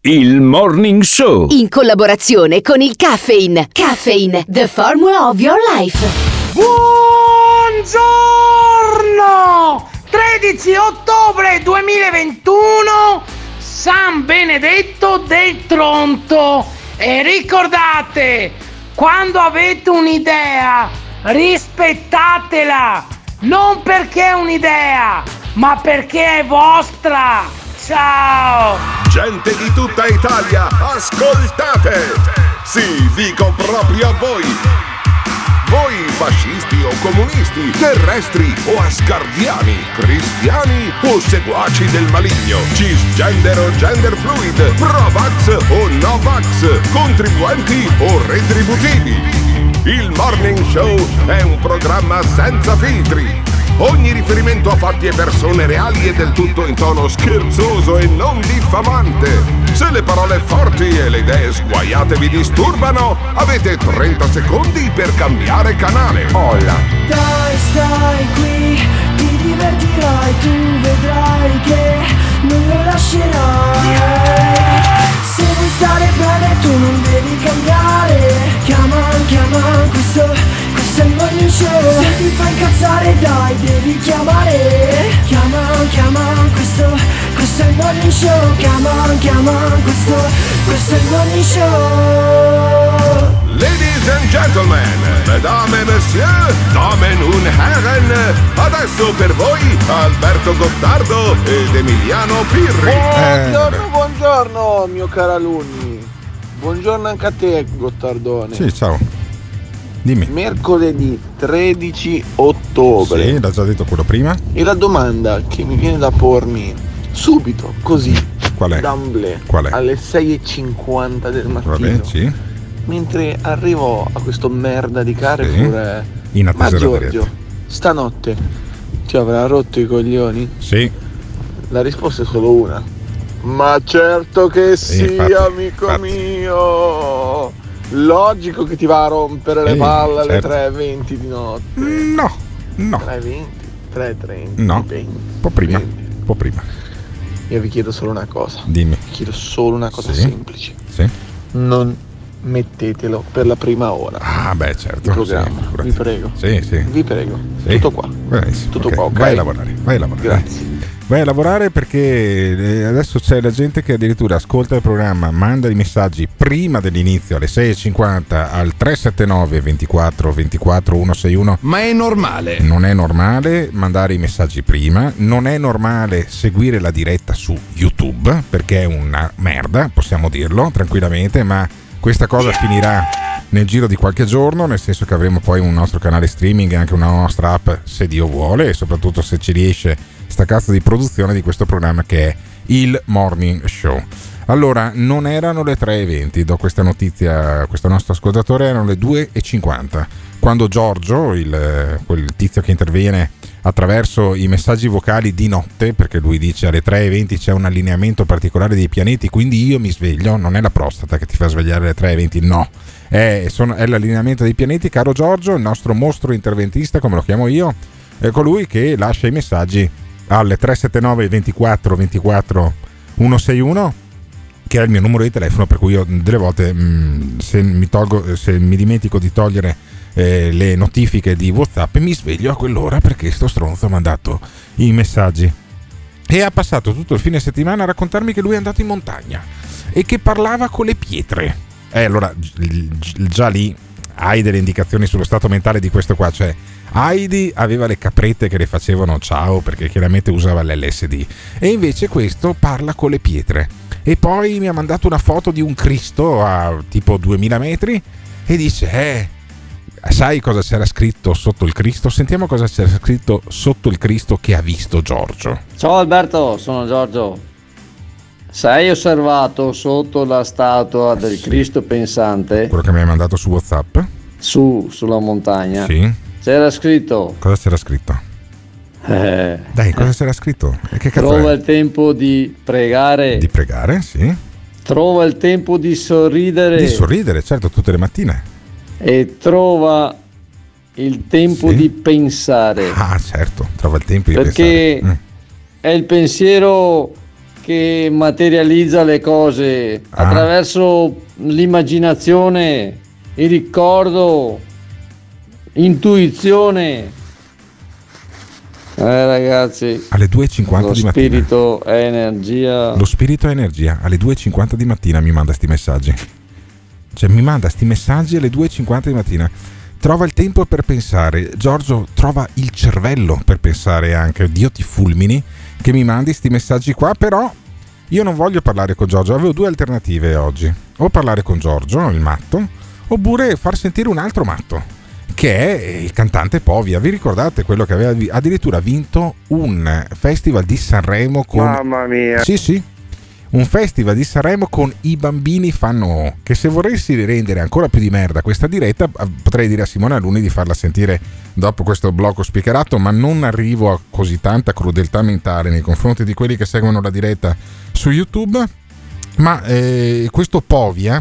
Il Morning Show. In collaborazione con il Caffeine. Caffeine, the formula of your life. Buongiorno! 13 ottobre 2021, San Benedetto del Tronto. E ricordate, quando avete un'idea, rispettatela. Non perché è un'idea, ma perché è vostra. Ciao! Gente di tutta Italia, ascoltate! Sì, dico proprio a voi! Voi fascisti o comunisti, terrestri o asgardiani, cristiani o seguaci del maligno, cisgender o gender fluid, pro-vax o no-vax, contribuenti o retributivi. Il Morning Show è un programma senza filtri. Ogni riferimento a fatti e persone reali è del tutto in tono scherzoso e non diffamante. Se le parole forti e le idee sguaiate vi disturbano, avete 30 secondi per cambiare canale. Hola. Dai, stai qui, ti divertirai, tu vedrai che non lo lascerai. Se vuoi stare bene tu non devi cambiare. Chiama, questo è il Morning Show. Se ti fa incazzare dai, devi chiamare. Chiama, questo è il Morning Show. Chiama, questo è il Morning Show. Ladies and gentlemen, mesdames et messieurs, damen und herren, adesso per voi Alberto Gottardo ed Emiliano Pirri. Buongiorno mio caro alunni. Buongiorno anche a te Gottardone. Sì, ciao. Dimmi. Mercoledì 13 ottobre. Sì, l'ha già detto quello prima. E la domanda che mi viene da pormi subito, così, qual è? d'amblè, Qual è? alle 6:50 del mattino. Vabbè, sì. Mentre arrivo a questo merda di Carrefour, sì. In attesa ma della Giorgio, diretta. stanotte ti avrà rotto i coglioni? Sì. La risposta è solo una. Ma certo che sì, infatti, amico mio. Logico che ti va a rompere le palle alle certo. 3:20 di notte. No. 3:20, 3:30. No. 20, Un po' prima. 20. Un po' prima. Io vi chiedo solo una cosa. Dimmi. Vi chiedo solo una cosa sì. semplice. Sì. Non mettetelo per la prima ora. Ah, beh, certo. Il programma. Sì, vi prego. Sì. Vi prego. Sì. Tutto qua. Benissimo. Tutto okay. qua, ok? Vai a lavorare. Grazie. Vai a lavorare perché adesso c'è la gente che addirittura ascolta il programma, manda i messaggi prima dell'inizio alle 6:50 al 379 24 24 161. Ma è normale? Non è normale mandare i messaggi prima, non è normale seguire la diretta su YouTube perché è una merda, possiamo dirlo tranquillamente, ma questa cosa finirà nel giro di qualche giorno, nel senso che avremo poi un nostro canale streaming e anche una nostra app se Dio vuole, e soprattutto se ci riesce sta cazzo di produzione di questo programma che è il Morning Show. Allora, non erano le 3:20, do questa notizia a questo nostro ascoltatore, erano le 2:50 quando Giorgio, quel tizio che interviene attraverso i messaggi vocali di notte, perché lui dice alle 3:20 c'è un allineamento particolare dei pianeti, quindi io mi sveglio, non è la prostata che ti fa svegliare alle 3:20, no, è l'allineamento dei pianeti. Caro Giorgio, il nostro mostro interventista, come lo chiamo io, è colui che lascia i messaggi alle 379 24 24 161, che è il mio numero di telefono, per cui io delle volte se mi dimentico di togliere le notifiche di WhatsApp mi sveglio a quell'ora perché sto stronzo ha mandato i messaggi. E ha passato tutto il fine settimana a raccontarmi che lui è andato in montagna e che parlava con le pietre. Allora già lì hai delle indicazioni sullo stato mentale di questo qua, cioè Heidi aveva le caprette che le facevano ciao perché chiaramente usava l'LSD, e invece questo parla con le pietre. E poi mi ha mandato una foto di un Cristo a tipo 2000 metri e dice sai cosa c'era scritto sotto il Cristo? Sentiamo cosa c'era scritto sotto il Cristo che ha visto Giorgio. Ciao Alberto, sono Giorgio. Sei osservato sotto la statua del Cristo pensante? Quello che mi hai mandato su WhatsApp? Sulla montagna? Sì. C'era scritto. Cosa c'era scritto? Dai, cosa c'era scritto? Che cazzo trova è? il tempo di pregare. Di pregare, sì. Trova il tempo di sorridere. Di sorridere, certo, tutte le mattine. E trova il tempo di pensare. Ah, certo, trova il tempo di pensare. Perché è il pensiero che materializza le cose attraverso l'immaginazione, il ricordo, intuizione. Ragazzi, alle 2:50 di mattina. Lo spirito è energia. Lo spirito è energia. Alle 2:50 di mattina mi manda sti messaggi. Cioè mi manda sti messaggi alle 2:50 di mattina. Trova il tempo per pensare. Giorgio trova il cervello per pensare anche. Dio ti fulmini che mi mandi sti messaggi qua. Però io non voglio parlare con Giorgio. Avevo due alternative oggi. O parlare con Giorgio, il matto, oppure far sentire un altro matto, che è il cantante Povia. Vi ricordate quello che aveva addirittura vinto un festival di Sanremo con... Mamma mia. Sì, un festival di Sanremo con I bambini fanno... Che se volessi rendere ancora più di merda questa diretta, potrei dire a Simone Alunni di farla sentire dopo questo blocco speakerato, ma non arrivo a così tanta crudeltà mentale nei confronti di quelli che seguono la diretta su YouTube. Ma questo Povia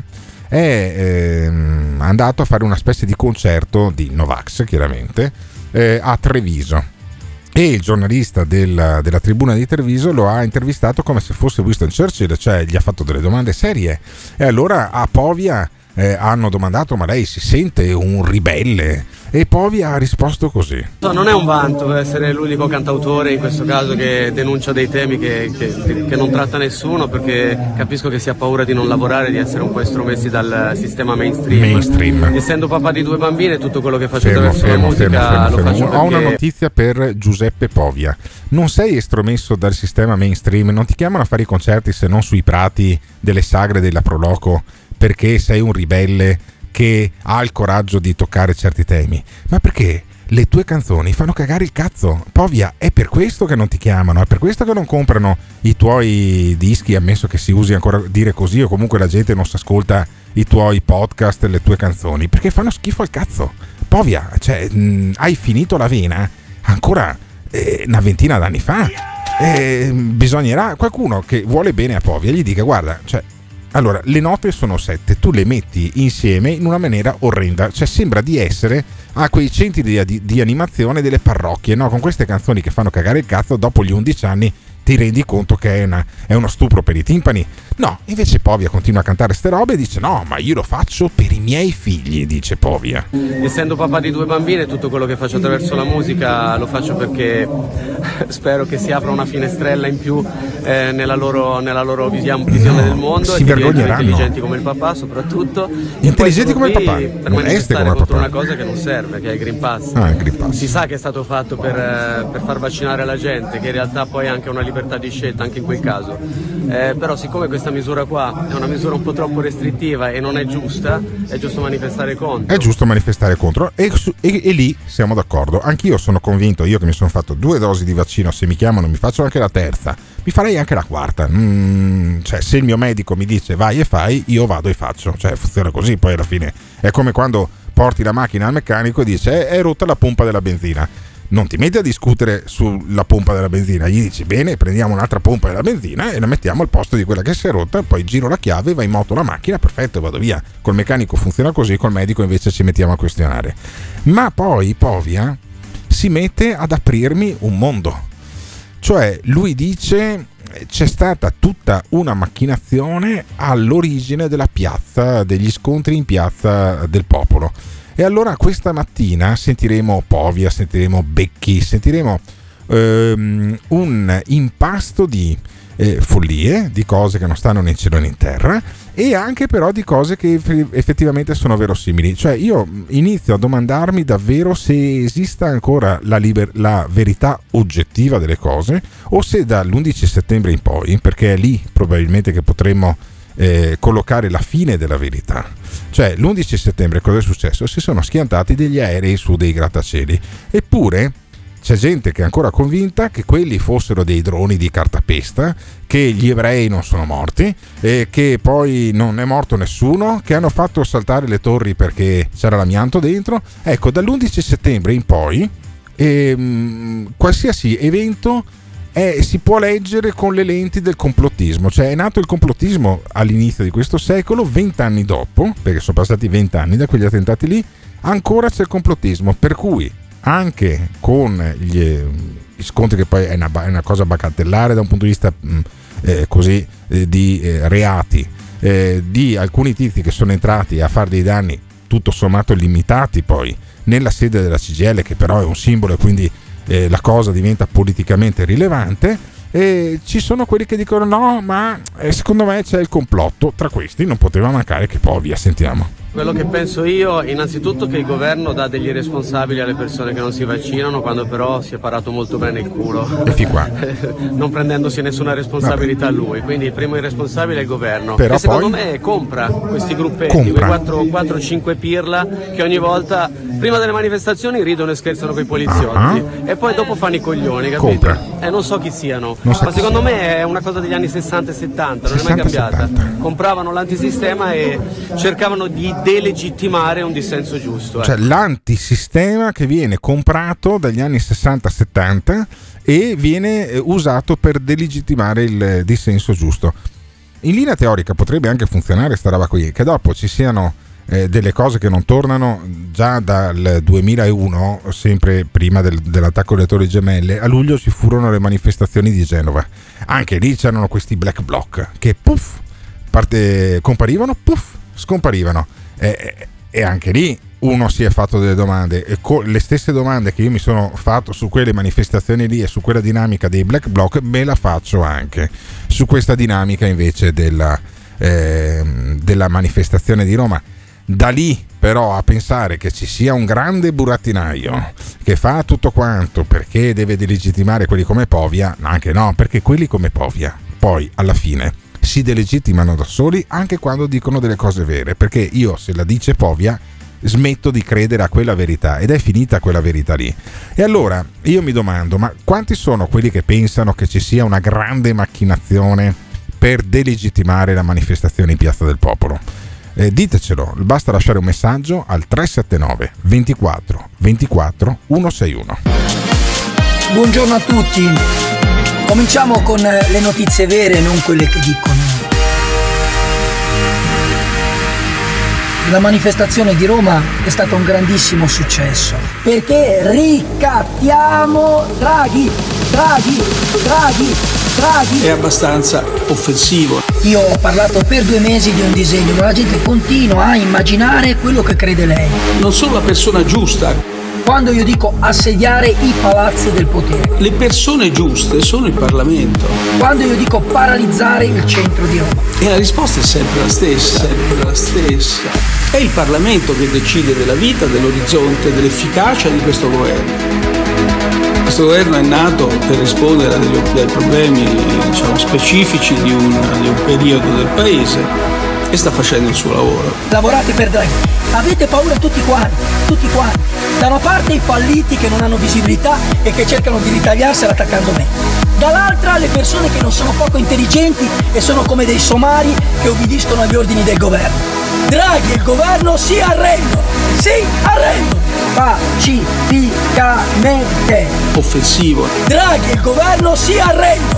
è andato a fare una specie di concerto di Novax, chiaramente, a Treviso, e il giornalista della tribuna di Treviso lo ha intervistato come se fosse Winston Churchill, cioè gli ha fatto delle domande serie, e allora a Povia hanno domandato: ma lei si sente un ribelle? E Povia ha risposto così: non è un vanto essere l'unico cantautore in questo caso che denuncia dei temi che non tratta nessuno, perché capisco che si ha paura di non lavorare, di essere un po' estromessi dal sistema mainstream. Essendo papà di 2 bambine, tutto quello che faccio attraverso la musica lo faccio perché... Ho una notizia per Giuseppe Povia: non sei estromesso dal sistema mainstream, non ti chiamano a fare i concerti se non sui prati delle sagre della Proloco perché sei un ribelle che ha il coraggio di toccare certi temi, ma perché le tue canzoni fanno cagare il cazzo. Povia, è per questo che non ti chiamano, è per questo che non comprano i tuoi dischi, ammesso che si usi ancora dire così, o comunque la gente non si ascolta i tuoi podcast, le tue canzoni, perché fanno schifo al cazzo. Povia, cioè hai finito la vena ancora una ventina d'anni fa. Bisognerà qualcuno che vuole bene a Povia gli dica: guarda, cioè, allora, le note sono 7, tu le metti insieme in una maniera orrenda, cioè sembra di essere a quei centri di animazione delle parrocchie, no? Con queste canzoni che fanno cagare il cazzo, dopo gli 11 anni ti rendi conto che è uno stupro per i timpani. No, invece Povia continua a cantare ste robe e dice: no, ma io lo faccio per i miei figli, dice Povia. Essendo papà di 2 bambine, tutto quello che faccio attraverso la musica lo faccio perché spero che si apra una finestrella in più nella loro visione del mondo, si e che vergogneranno. Intelligenti come il papà, soprattutto. Intelligenti come il papà, per manifestare contro una cosa che non serve, che è il Green Pass. Il Green Pass. Si sa che è stato fatto per far vaccinare la gente, che in realtà poi è anche una libertà di scelta anche in quel caso, però siccome questa misura qua è una misura un po' troppo restrittiva e non è giusta, è giusto manifestare contro. È giusto manifestare contro, e lì siamo d'accordo. Anch'io sono convinto, io che mi sono fatto 2 dosi di vaccino, se mi chiamano mi faccio anche la terza, mi farei anche la quarta. Cioè, se il mio medico mi dice vai e fai, io vado e faccio, cioè funziona così. Poi alla fine è come quando porti la macchina al meccanico e dice è rotta la pompa della benzina. Non ti metti a discutere sulla pompa della benzina, gli dici: bene, prendiamo un'altra pompa della benzina e la mettiamo al posto di quella che si è rotta, poi giro la chiave, va in moto la macchina, perfetto, vado via. Col meccanico funziona così, col medico invece ci mettiamo a questionare. Ma poi Povia si mette ad aprirmi un mondo, cioè lui dice: c'è stata tutta una macchinazione all'origine della piazza, degli scontri in piazza del Popolo. E allora questa mattina sentiremo Povia, sentiremo Becchi, sentiremo un impasto di follie, di cose che non stanno né in cielo né in terra, e anche però di cose che effettivamente sono verosimili. Cioè io inizio a domandarmi davvero se esista ancora la verità oggettiva delle cose, o se dall'11 settembre in poi, perché è lì probabilmente che potremmo collocare la fine della verità. Cioè l'11 settembre cosa è successo? Si sono schiantati degli aerei su dei grattacieli, eppure c'è gente che è ancora convinta che quelli fossero dei droni di cartapesta, che gli ebrei non sono morti, e che poi non è morto nessuno, che hanno fatto saltare le torri perché c'era l'amianto dentro. Ecco, dall'11 settembre in poi qualsiasi evento si può leggere con le lenti del complottismo. Cioè è nato il complottismo all'inizio di questo secolo, 20 anni dopo, perché sono passati 20 anni da quegli attentati lì, ancora c'è il complottismo, per cui anche con gli scontri, che poi è una cosa bagatellare da un punto di vista di reati di alcuni tizi che sono entrati a fare dei danni tutto sommato limitati poi nella sede della CGIL, che però è un simbolo e quindi la cosa diventa politicamente rilevante, e ci sono quelli che dicono no, ma secondo me c'è il complotto. Tra questi non poteva mancare che Povia. Sentiamo. Quello che penso io, innanzitutto, che il governo dà degli responsabili alle persone che non si vaccinano, quando però si è parato molto bene il culo, e fin qua. non prendendosi nessuna responsabilità lui. Quindi il primo irresponsabile è il governo, però che secondo poi me compra questi gruppetti, quei 4-5 pirla che ogni volta prima delle manifestazioni ridono e scherzano con i poliziotti e poi dopo fanno i coglioni, capito? Compra. Non so chi siano, ma secondo me è una cosa degli anni 60 e 70, non è mai cambiata. 70. Compravano l'antisistema e cercavano di delegittimare un dissenso giusto. Cioè l'antisistema che viene comprato dagli anni 60-70 e viene usato per delegittimare il dissenso giusto. In linea teorica potrebbe anche funzionare sta roba qui, che dopo ci siano delle cose che non tornano. Già dal 2001, sempre prima dell'attacco alle Torri Gemelle, a luglio ci furono le manifestazioni di Genova. Anche lì c'erano questi black bloc che comparivano, scomparivano, e anche lì uno si è fatto delle domande, e le stesse domande che io mi sono fatto su quelle manifestazioni lì e su quella dinamica dei black bloc me la faccio anche su questa dinamica invece della manifestazione di Roma. Da lì però a pensare che ci sia un grande burattinaio che fa tutto quanto perché deve delegittimare quelli come Povia, anche no, perché quelli come Povia poi alla fine si delegittimano da soli anche quando dicono delle cose vere, perché io, se la dice Povia, smetto di credere a quella verità ed è finita quella verità lì. E allora io mi domando, ma quanti sono quelli che pensano che ci sia una grande macchinazione per delegittimare la manifestazione in Piazza del Popolo? Ditecelo, basta lasciare un messaggio al 379 24 24 161. Buongiorno a tutti, cominciamo con le notizie vere, non quelle che dicono. La manifestazione di Roma è stata un grandissimo successo perché ricattiamo Draghi. È abbastanza offensivo. Io ho parlato per 2 mesi di un disegno, ma la gente continua a immaginare quello che crede lei. Non sono la persona giusta. Quando io dico assediare i palazzi del potere, le persone giuste sono il Parlamento. Quando io dico paralizzare il centro di Roma, e la risposta è sempre la stessa. È il Parlamento che decide della vita, dell'orizzonte, dell'efficacia di questo governo. Questo governo è nato per rispondere ai problemi, specifici di un periodo del Paese e sta facendo il suo lavoro. Lavorate per Draghi, avete paura tutti quanti. Da una parte i falliti che non hanno visibilità e che cercano di ritagliarsela attaccando me. Dall'altra le persone che non sono poco intelligenti e sono come dei somari che obbediscono agli ordini del governo. Draghi e il governo si arrendono! Pacificamente! Offensivo! Draghi e il governo si arrendono!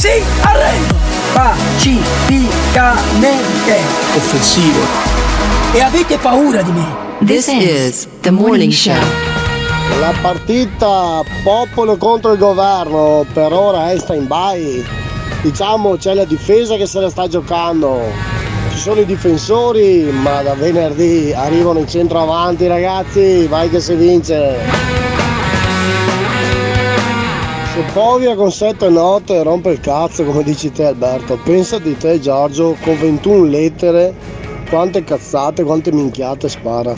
Pacificamente! Offensivo! E avete paura di me! This is the morning show. La partita popolo contro il governo per ora è stand by. Diciamo c'è la difesa che se la sta giocando. Ci sono i difensori, ma da venerdì arrivano in centro avanti, ragazzi, vai che si vince. Se Povia con 7 note rompe il cazzo, come dici te Alberto, pensa di te Giorgio, con 21 lettere, quante cazzate, quante minchiate spara.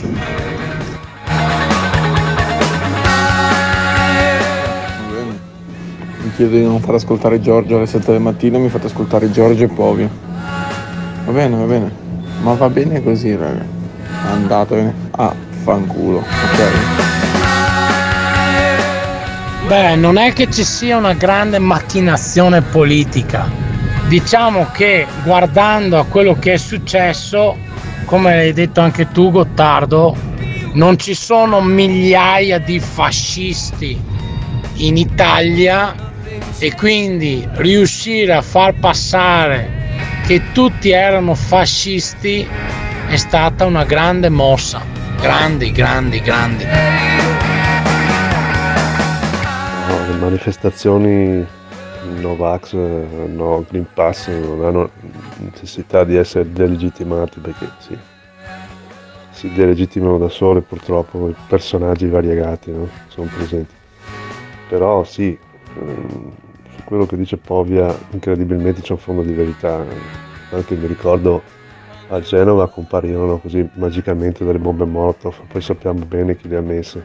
Mi chiedo di non far ascoltare Giorgio alle 7 del mattino, mi fate ascoltare Giorgio e Povia. Va bene, ma va bene così, raga. Andatevene a fanculo, ok? Beh, non è che ci sia una grande macchinazione politica. Diciamo che guardando a quello che è successo, come hai detto anche tu Gottardo, non ci sono migliaia di fascisti in Italia e quindi riuscire a far passare che tutti erano fascisti è stata una grande mossa. Grandi. No, le manifestazioni Novax, no Green Pass non hanno necessità di essere delegittimati, perché si delegittimano da sole purtroppo i personaggi variegati, no? Sono presenti. Però sì, su quello che dice Povia incredibilmente c'è un fondo di verità. Anche mi ricordo a Genova comparirono così magicamente delle bombe Molotov, poi sappiamo bene chi le ha messe.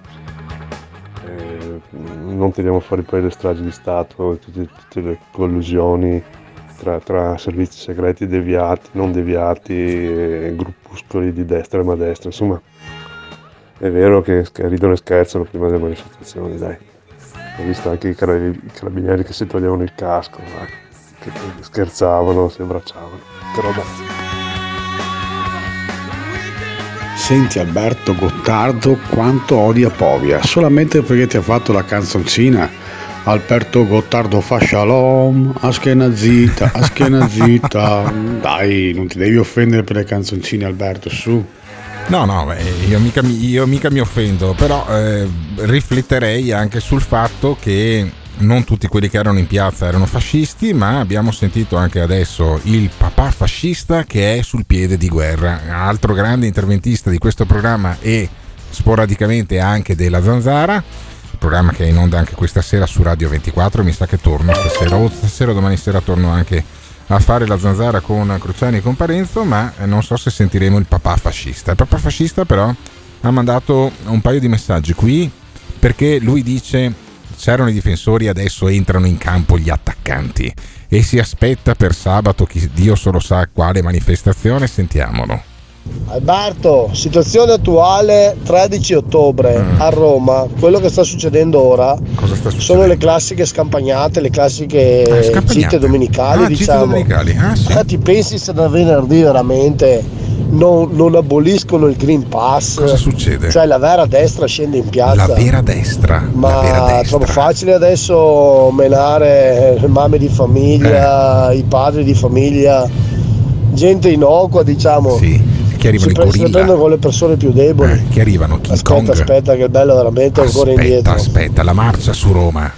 Non tiriamo fuori poi le stragi di Stato, tutte le collusioni tra servizi segreti deviati, non deviati, gruppuscoli di destra e malestra. Insomma, è vero che ridono e scherzano prima delle manifestazioni, dai. Ho visto anche i carabinieri che si toglievano il casco, che scherzavano, si abbracciavano. Che roba. Senti Alberto Gottardo quanto odia Povia, solamente perché ti ha fatto la canzoncina. Alberto Gottardo fa shalom, Ashkenazita, Ashkenazita. Dai, non ti devi offendere per le canzoncine, Alberto, su. No, io mica mi offendo, però rifletterei anche sul fatto che non tutti quelli che erano in piazza erano fascisti, ma abbiamo sentito anche adesso il papà fascista che è sul piede di guerra, altro grande interventista di questo programma e sporadicamente anche della Zanzara, programma che è in onda anche questa sera su Radio 24, mi sa che torno stasera o domani sera torno anche a fare la Zanzara con Cruciani e con Parenzo, ma non so se sentiremo il papà fascista. Il papà fascista però ha mandato un paio di messaggi qui, perché lui dice: c'erano i difensori, adesso entrano in campo gli attaccanti e si aspetta per sabato Dio solo sa quale manifestazione. Sentiamolo. Alberto, situazione attuale 13 ottobre a Roma, quello che sta succedendo ora sono le classiche scampagnate, le classiche gite domenicali, diciamo. Gite domenicali. Sì. Ti pensi se da venerdì veramente non aboliscono il Green Pass? Cosa succede? Cioè la vera destra scende in piazza. La vera destra. Ma è troppo facile adesso menare le mamme di famiglia, i padri di famiglia, gente innocua, diciamo. Sì. Che arrivano i gorilla, si prendono con le persone più deboli. Che arrivano King Kong. Aspetta che il bello veramente è ancora indietro. Aspetta, la marcia su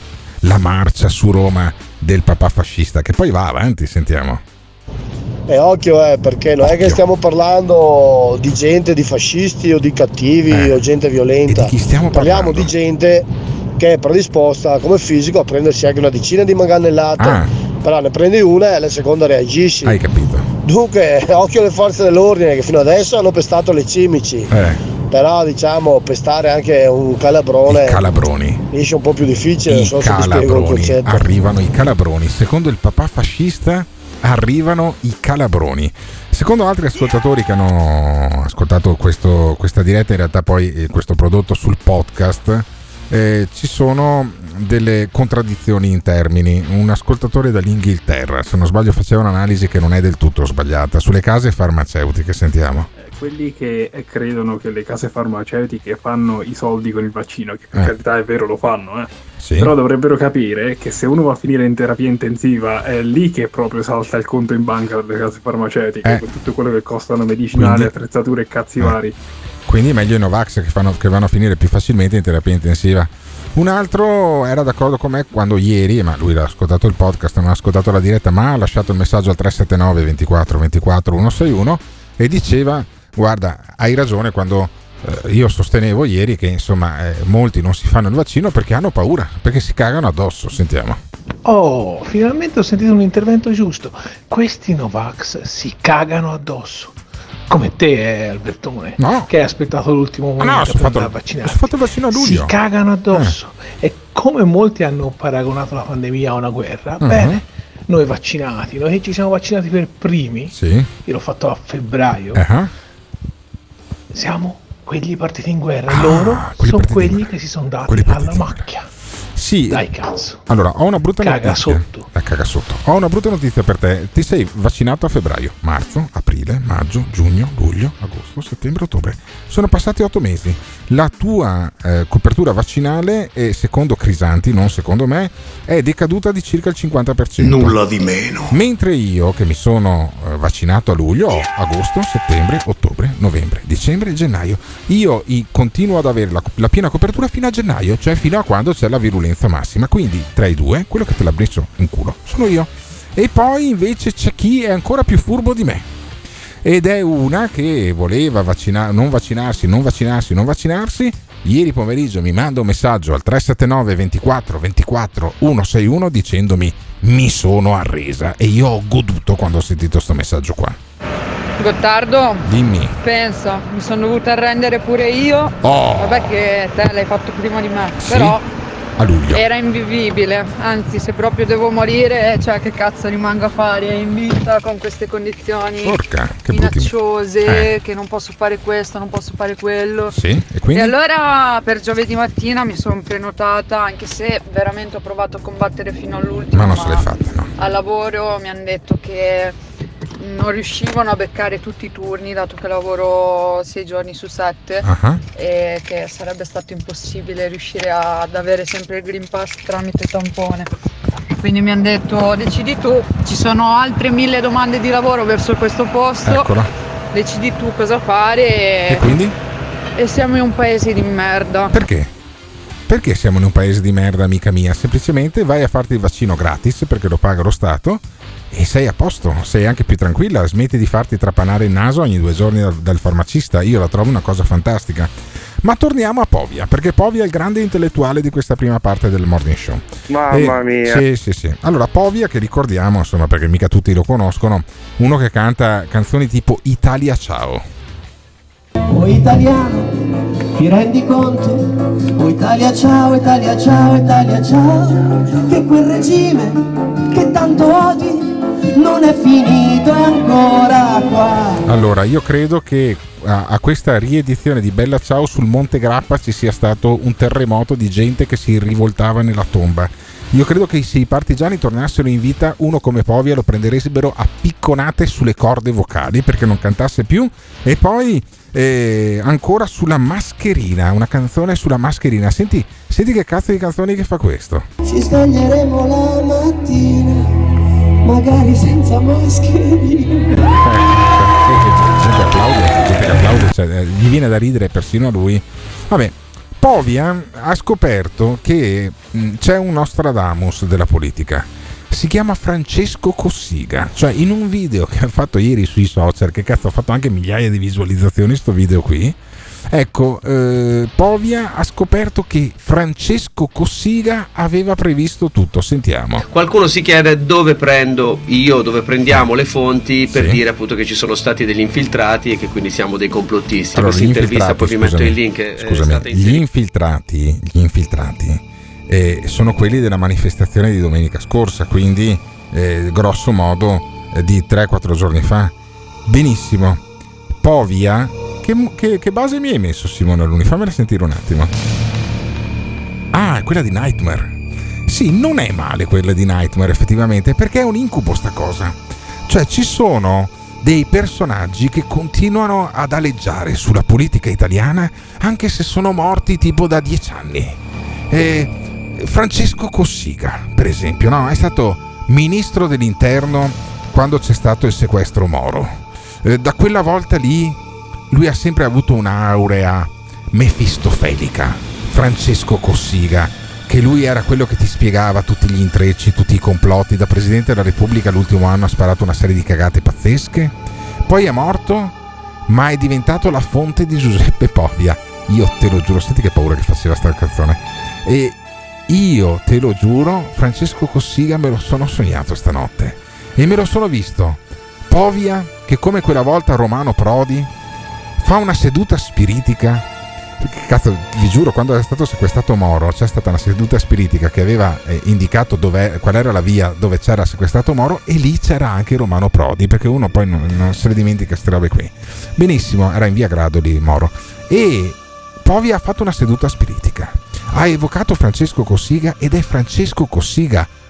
Roma del papà fascista, che poi va avanti, sentiamo. E occhio, perché non è che stiamo parlando di gente, di fascisti o di cattivi o gente violenta. E di chi stiamo Parliamo di gente che è predisposta come fisico a prendersi anche una decina di manganellate. Però ne prendi una e alla seconda reagisci. Hai capito? Dunque, occhio alle forze dell'ordine che fino adesso hanno pestato le cimici. Però diciamo pestare anche un calabrone. I calabroni. Riesce un po' più difficile, non so se ti spiego il concetto. Arrivano i calabroni. Secondo il papà fascista arrivano i calabroni. Secondo altri ascoltatori che hanno ascoltato questa diretta, in realtà poi questo prodotto sul podcast, ci sono delle contraddizioni in termini. Un ascoltatore dall'Inghilterra, se non sbaglio, faceva un'analisi che non è del tutto sbagliata sulle case farmaceutiche. Sentiamo. Quelli che credono che le case farmaceutiche fanno i soldi con il vaccino, che per carità è vero, lo fanno, sì. Però dovrebbero capire che se uno va a finire in terapia intensiva è lì che proprio salta il conto in banca delle case farmaceutiche, con tutto quello che costano medicinali, attrezzature e cazzi vari. Quindi meglio i Novax che vanno a finire più facilmente in terapia intensiva. Un altro era d'accordo con me quando ieri, ma lui ha ascoltato il podcast, non ha ascoltato la diretta, ma ha lasciato il messaggio al 379 24 24 161 e diceva: guarda, hai ragione quando io sostenevo ieri che insomma molti non si fanno il vaccino perché hanno paura, perché si cagano addosso. Sentiamo. Oh, finalmente ho sentito un intervento giusto. Questi Novax si cagano addosso. Come te, Albertone, che hai aspettato l'ultimo momento per vaccinare. Ho fatto il vaccino a luglio. Si cagano addosso. E come molti hanno paragonato la pandemia a una guerra, bene, noi vaccinati, noi che ci siamo vaccinati per primi, io l'ho fatto a febbraio, siamo quelli partiti in guerra, loro sono quelli che si sono dati alla macchia. Sì. Dai cazzo. Allora, ho una brutta notizia. Caga sotto. Ho una brutta notizia per te. Ti sei vaccinato a febbraio, marzo, aprile, maggio, giugno, luglio, agosto, settembre, ottobre. Sono passati 8 mesi. La tua copertura vaccinale, secondo Crisanti, non secondo me, è decaduta di circa il 50%. Nulla di meno. Mentre io, che mi sono vaccinato a luglio, ho agosto, settembre, ottobre, novembre, dicembre e gennaio. Io continuo ad avere la piena copertura fino a gennaio, cioè fino a quando c'è la virulenza potenza massima. Quindi tra i due, quello che te l'ha preso in culo sono io. E poi invece c'è chi è ancora più furbo di me, ed è una che voleva non vaccinarsi. Ieri pomeriggio mi manda un messaggio al 379 24 24 161 dicendomi mi sono arresa, e io ho goduto quando ho sentito sto messaggio qua. Gottardo, dimmi. pensa, mi sono dovuta arrendere pure io. Vabbè che te l'hai fatto prima di me, sì? Però a luglio era invivibile, anzi se proprio devo morire, cioè che cazzo rimango a fare in vita con queste condizioni minacciose, che non posso fare questo, non posso fare quello. Sì, e quindi? E allora per giovedì mattina mi sono prenotata, anche se veramente ho provato a combattere fino all'ultimo, ma non se l'hai fatta, no? Al lavoro mi hanno detto che non riuscivano a beccare tutti i turni, dato che lavoro 6 giorni su 7, e che sarebbe stato impossibile riuscire ad avere sempre il Green Pass tramite tampone. Quindi mi hanno detto decidi tu, ci sono altre 1000 domande di lavoro verso questo posto. Eccola. Decidi tu cosa fare. E quindi? E siamo in un paese di merda. Perché? Perché siamo in un paese di merda, amica mia? Semplicemente vai a farti il vaccino gratis perché lo paga lo Stato e sei a posto, sei anche più tranquilla, smetti di farti trapanare il naso ogni 2 giorni dal farmacista. Io la trovo una cosa fantastica. Ma torniamo a Povia, perché Povia è il grande intellettuale di questa prima parte del Morning Show. Mamma mia. Sì. Allora, Povia, che ricordiamo, insomma, perché mica tutti lo conoscono, uno che canta canzoni tipo Italia Ciao. Oh italiano, ti rendi conto? Oh Italia ciao, Italia ciao, Italia ciao, che quel regime che tanto odi non è finito, è ancora qua. Allora, io credo che a questa riedizione di Bella Ciao sul Monte Grappa ci sia stato un terremoto di gente che si rivoltava nella tomba. Io credo che se i partigiani tornassero in vita, uno come Povia lo prenderebbero a picconate sulle corde vocali perché non cantasse più. E poi ancora sulla mascherina, una canzone sulla mascherina. Senti che cazzo di canzoni che fa questo. Ci sveglieremo la mattina, magari senza mascherina. Gente che applaude, cioè, gli viene da ridere persino a lui. Vabbè, Povia ha scoperto che c'è un Nostradamus della politica. Si chiama Francesco Cossiga, cioè in un video che ha fatto ieri sui social, che cazzo ha fatto anche migliaia di visualizzazioni sto video qui. Ecco, Povia ha scoperto che Francesco Cossiga aveva previsto tutto. Sentiamo. Qualcuno si chiede dove prendiamo le fonti per dire appunto che ci sono stati degli infiltrati e che quindi siamo dei complottisti. Allora, questa intervista poi vi metto il link. Scusami, gli infiltrati sono quelli della manifestazione di domenica scorsa, quindi grosso modo di 3-4 giorni fa. Benissimo. Povia, che base mi hai messo, Simone Luni? Fammela sentire un attimo. Ah, quella di Nightmare. Sì, non è male quella di Nightmare effettivamente, perché è un incubo sta cosa. Cioè ci sono dei personaggi che continuano ad aleggiare sulla politica italiana anche se sono morti tipo da 10 anni. Francesco Cossiga, per esempio, no? È stato ministro dell'interno quando c'è stato il sequestro Moro. Da quella volta lì lui ha sempre avuto un'aurea mefistofelica. Francesco Cossiga, che lui era quello che ti spiegava tutti gli intrecci, tutti i complotti. Da Presidente della Repubblica l'ultimo anno ha sparato una serie di cagate pazzesche. Poi è morto, ma è diventato la fonte di Giuseppe Povia. Io te lo giuro, senti che paura che faceva sta canzone. E io te lo giuro, Francesco Cossiga me lo sono sognato stanotte e me lo sono visto. Povia che come quella volta Romano Prodi fa una seduta spiritica. Cazzo, vi giuro, quando è stato sequestrato Moro c'è stata una seduta spiritica che aveva indicato qual era la via dove c'era sequestrato Moro, e lì c'era anche Romano Prodi, perché uno poi non se le dimentica queste robe qui. Benissimo, era in via Gradoli Moro, e Povia ha fatto una seduta spiritica, ha evocato Francesco Cossiga, ed è Francesco Cossiga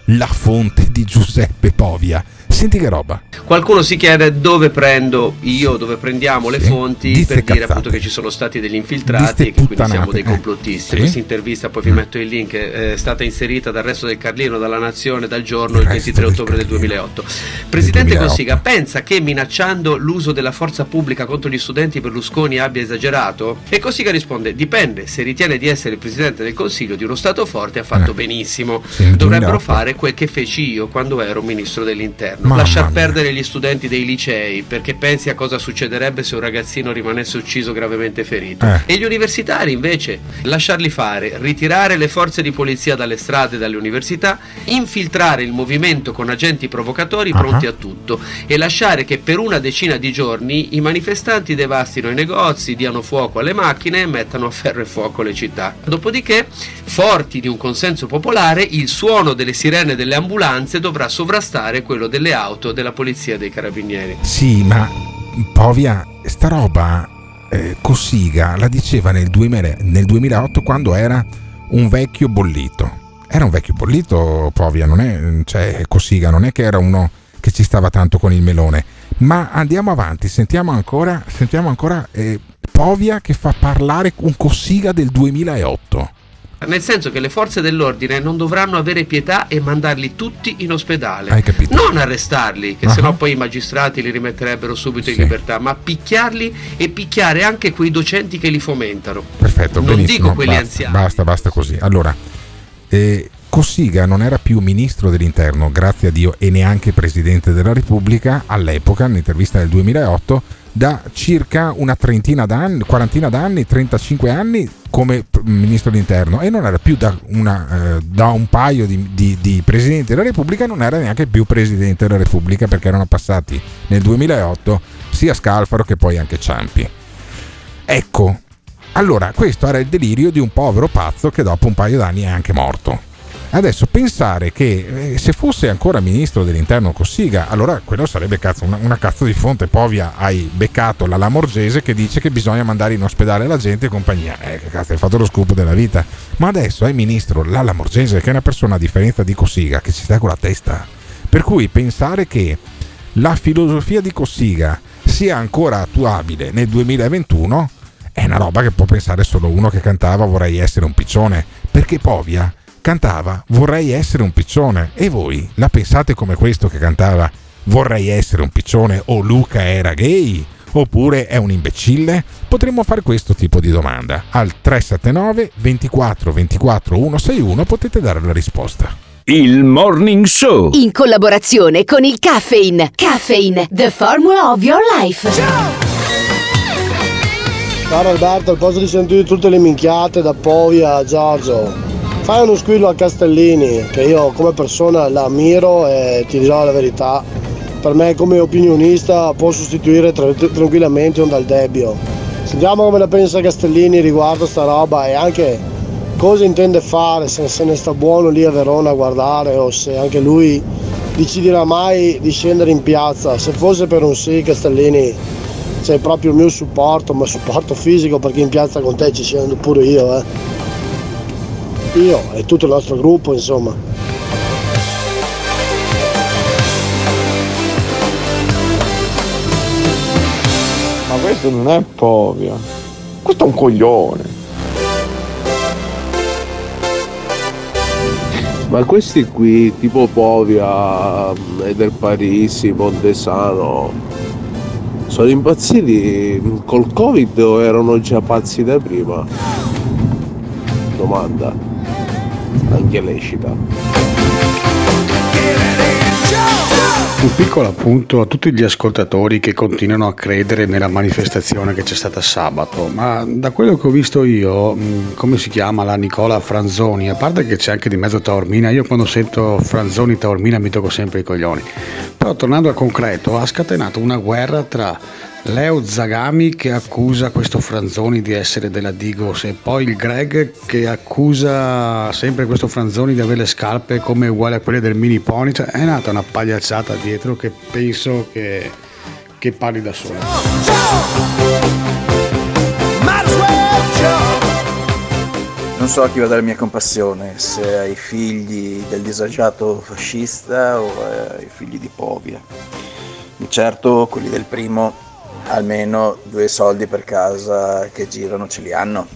la fonte di Giuseppe Povia. Senti che roba. Qualcuno si chiede dove prendiamo le fonti Disse per dire cazzate. appunto che ci sono stati degli infiltrati e che quindi siamo dei complottisti. Sì. Questa intervista, poi vi metto il link, è stata inserita dal Resto del Carlino, dalla Nazione, dal Giorno, il 23 ottobre del 2008. Presidente Cossiga pensa che minacciando l'uso della forza pubblica contro gli studenti Berlusconi abbia esagerato? E Cossiga risponde: dipende, se ritiene di essere il Presidente del Consiglio di uno Stato forte ha fatto benissimo. Dovrebbero fare quel che feci io quando ero Ministro dell'Interno. Lasciar perdere gli studenti dei licei, perché pensi a cosa succederebbe se un ragazzino rimanesse ucciso gravemente ferito. E gli universitari invece lasciarli fare, ritirare le forze di polizia dalle strade e dalle università, infiltrare il movimento con agenti provocatori pronti a tutto e lasciare che per una decina di giorni i manifestanti devastino i negozi, diano fuoco alle macchine e mettano a ferro e fuoco le città. Dopodiché, forti di un consenso popolare, il suono delle sirene delle ambulanze dovrà sovrastare quello delle auto della polizia e dei carabinieri. Sì, ma Povia, sta roba Cossiga la diceva nel 2008 quando era un vecchio bollito. Era un vecchio bollito Povia, Cossiga non è che era uno che ci stava tanto con il melone. Ma andiamo avanti, sentiamo ancora Povia che fa parlare un Cossiga del 2008. Nel senso che le forze dell'ordine non dovranno avere pietà e mandarli tutti in ospedale. Hai capito? Non arrestarli, che sennò poi i magistrati li rimetterebbero subito in libertà, ma picchiarli e picchiare anche quei docenti che li fomentano. Perfetto, non benissimo, dico quelli anziani. Basta così. Allora, Cossiga non era più ministro dell'Interno, grazie a Dio, e neanche presidente della Repubblica all'epoca, nell'intervista del 2008, da circa una quarantina d'anni, 35 anni come ministro dell'Interno, e non era più da un paio di presidenti della Repubblica, non era neanche più presidente della Repubblica, perché erano passati nel 2008 sia Scalfaro che poi anche Ciampi. Ecco, allora questo era il delirio di un povero pazzo che dopo un paio d'anni è anche morto. Adesso pensare che se fosse ancora ministro dell'Interno Cossiga, allora quello sarebbe una cazzo di fonte. Povia, hai beccato la Lamorgese che dice che bisogna mandare in ospedale la gente e compagnia. Cazzo, hai fatto lo scoop della vita. Ma adesso è ministro la Lamorgese, che è una persona a differenza di Cossiga che ci sta con la testa. Per cui pensare che la filosofia di Cossiga sia ancora attuabile nel 2021 è una roba che può pensare solo uno che cantava "Vorrei essere un piccione", perché Povia cantava "Vorrei essere un piccione". E voi la pensate come questo che cantava "Vorrei essere un piccione" o Luca era gay? Oppure è un imbecille? Potremmo fare questo tipo di domanda. Al 379 24 24 161 potete dare la risposta. Il Morning Show, in collaborazione con il Caffeine. Caffeine, the formula of your life. Caro Alberto, al posto di sentire tutte le minchiate da Povia a Giorgio, fai uno squillo a Castellini, che io come persona la ammiro e ti dirò la verità, per me come opinionista può sostituire tranquillamente un Dal Debbio. Sentiamo come la pensa Castellini riguardo sta roba e anche cosa intende fare, se ne sta buono lì a Verona a guardare o se anche lui deciderà mai di scendere in piazza. Se fosse per un sì, Castellini, c'è proprio il mio supporto, ma supporto fisico, perché in piazza con te ci scendo pure io, Io e tutto il nostro gruppo, insomma. Ma questo non è Povia, questo è un coglione. Ma questi qui, tipo Povia, Eder Parisi, Montesano, sono impazziti col Covid o erano già pazzi da prima? Domanda, anche lecita. Un piccolo appunto a tutti gli ascoltatori che continuano a credere nella manifestazione che c'è stata sabato, ma da quello che ho visto io, come si chiama, la Nicola Franzoni, a parte che c'è anche di mezzo Taormina, io quando sento Franzoni Taormina mi tocco sempre i coglioni, però tornando al concreto ha scatenato una guerra tra Leo Zagami che accusa questo Franzoni di essere della Digos e poi il Greg che accusa sempre questo Franzoni di avere le scarpe come uguali a quelle del Mini Pony. Cioè, è nata una pagliacciata dietro che penso che parli da sola. Non so a chi va dare mia compassione, se ai figli del disagiato fascista o ai figli di Povia. Di certo quelli del primo almeno 2 soldi per casa che girano ce li hanno.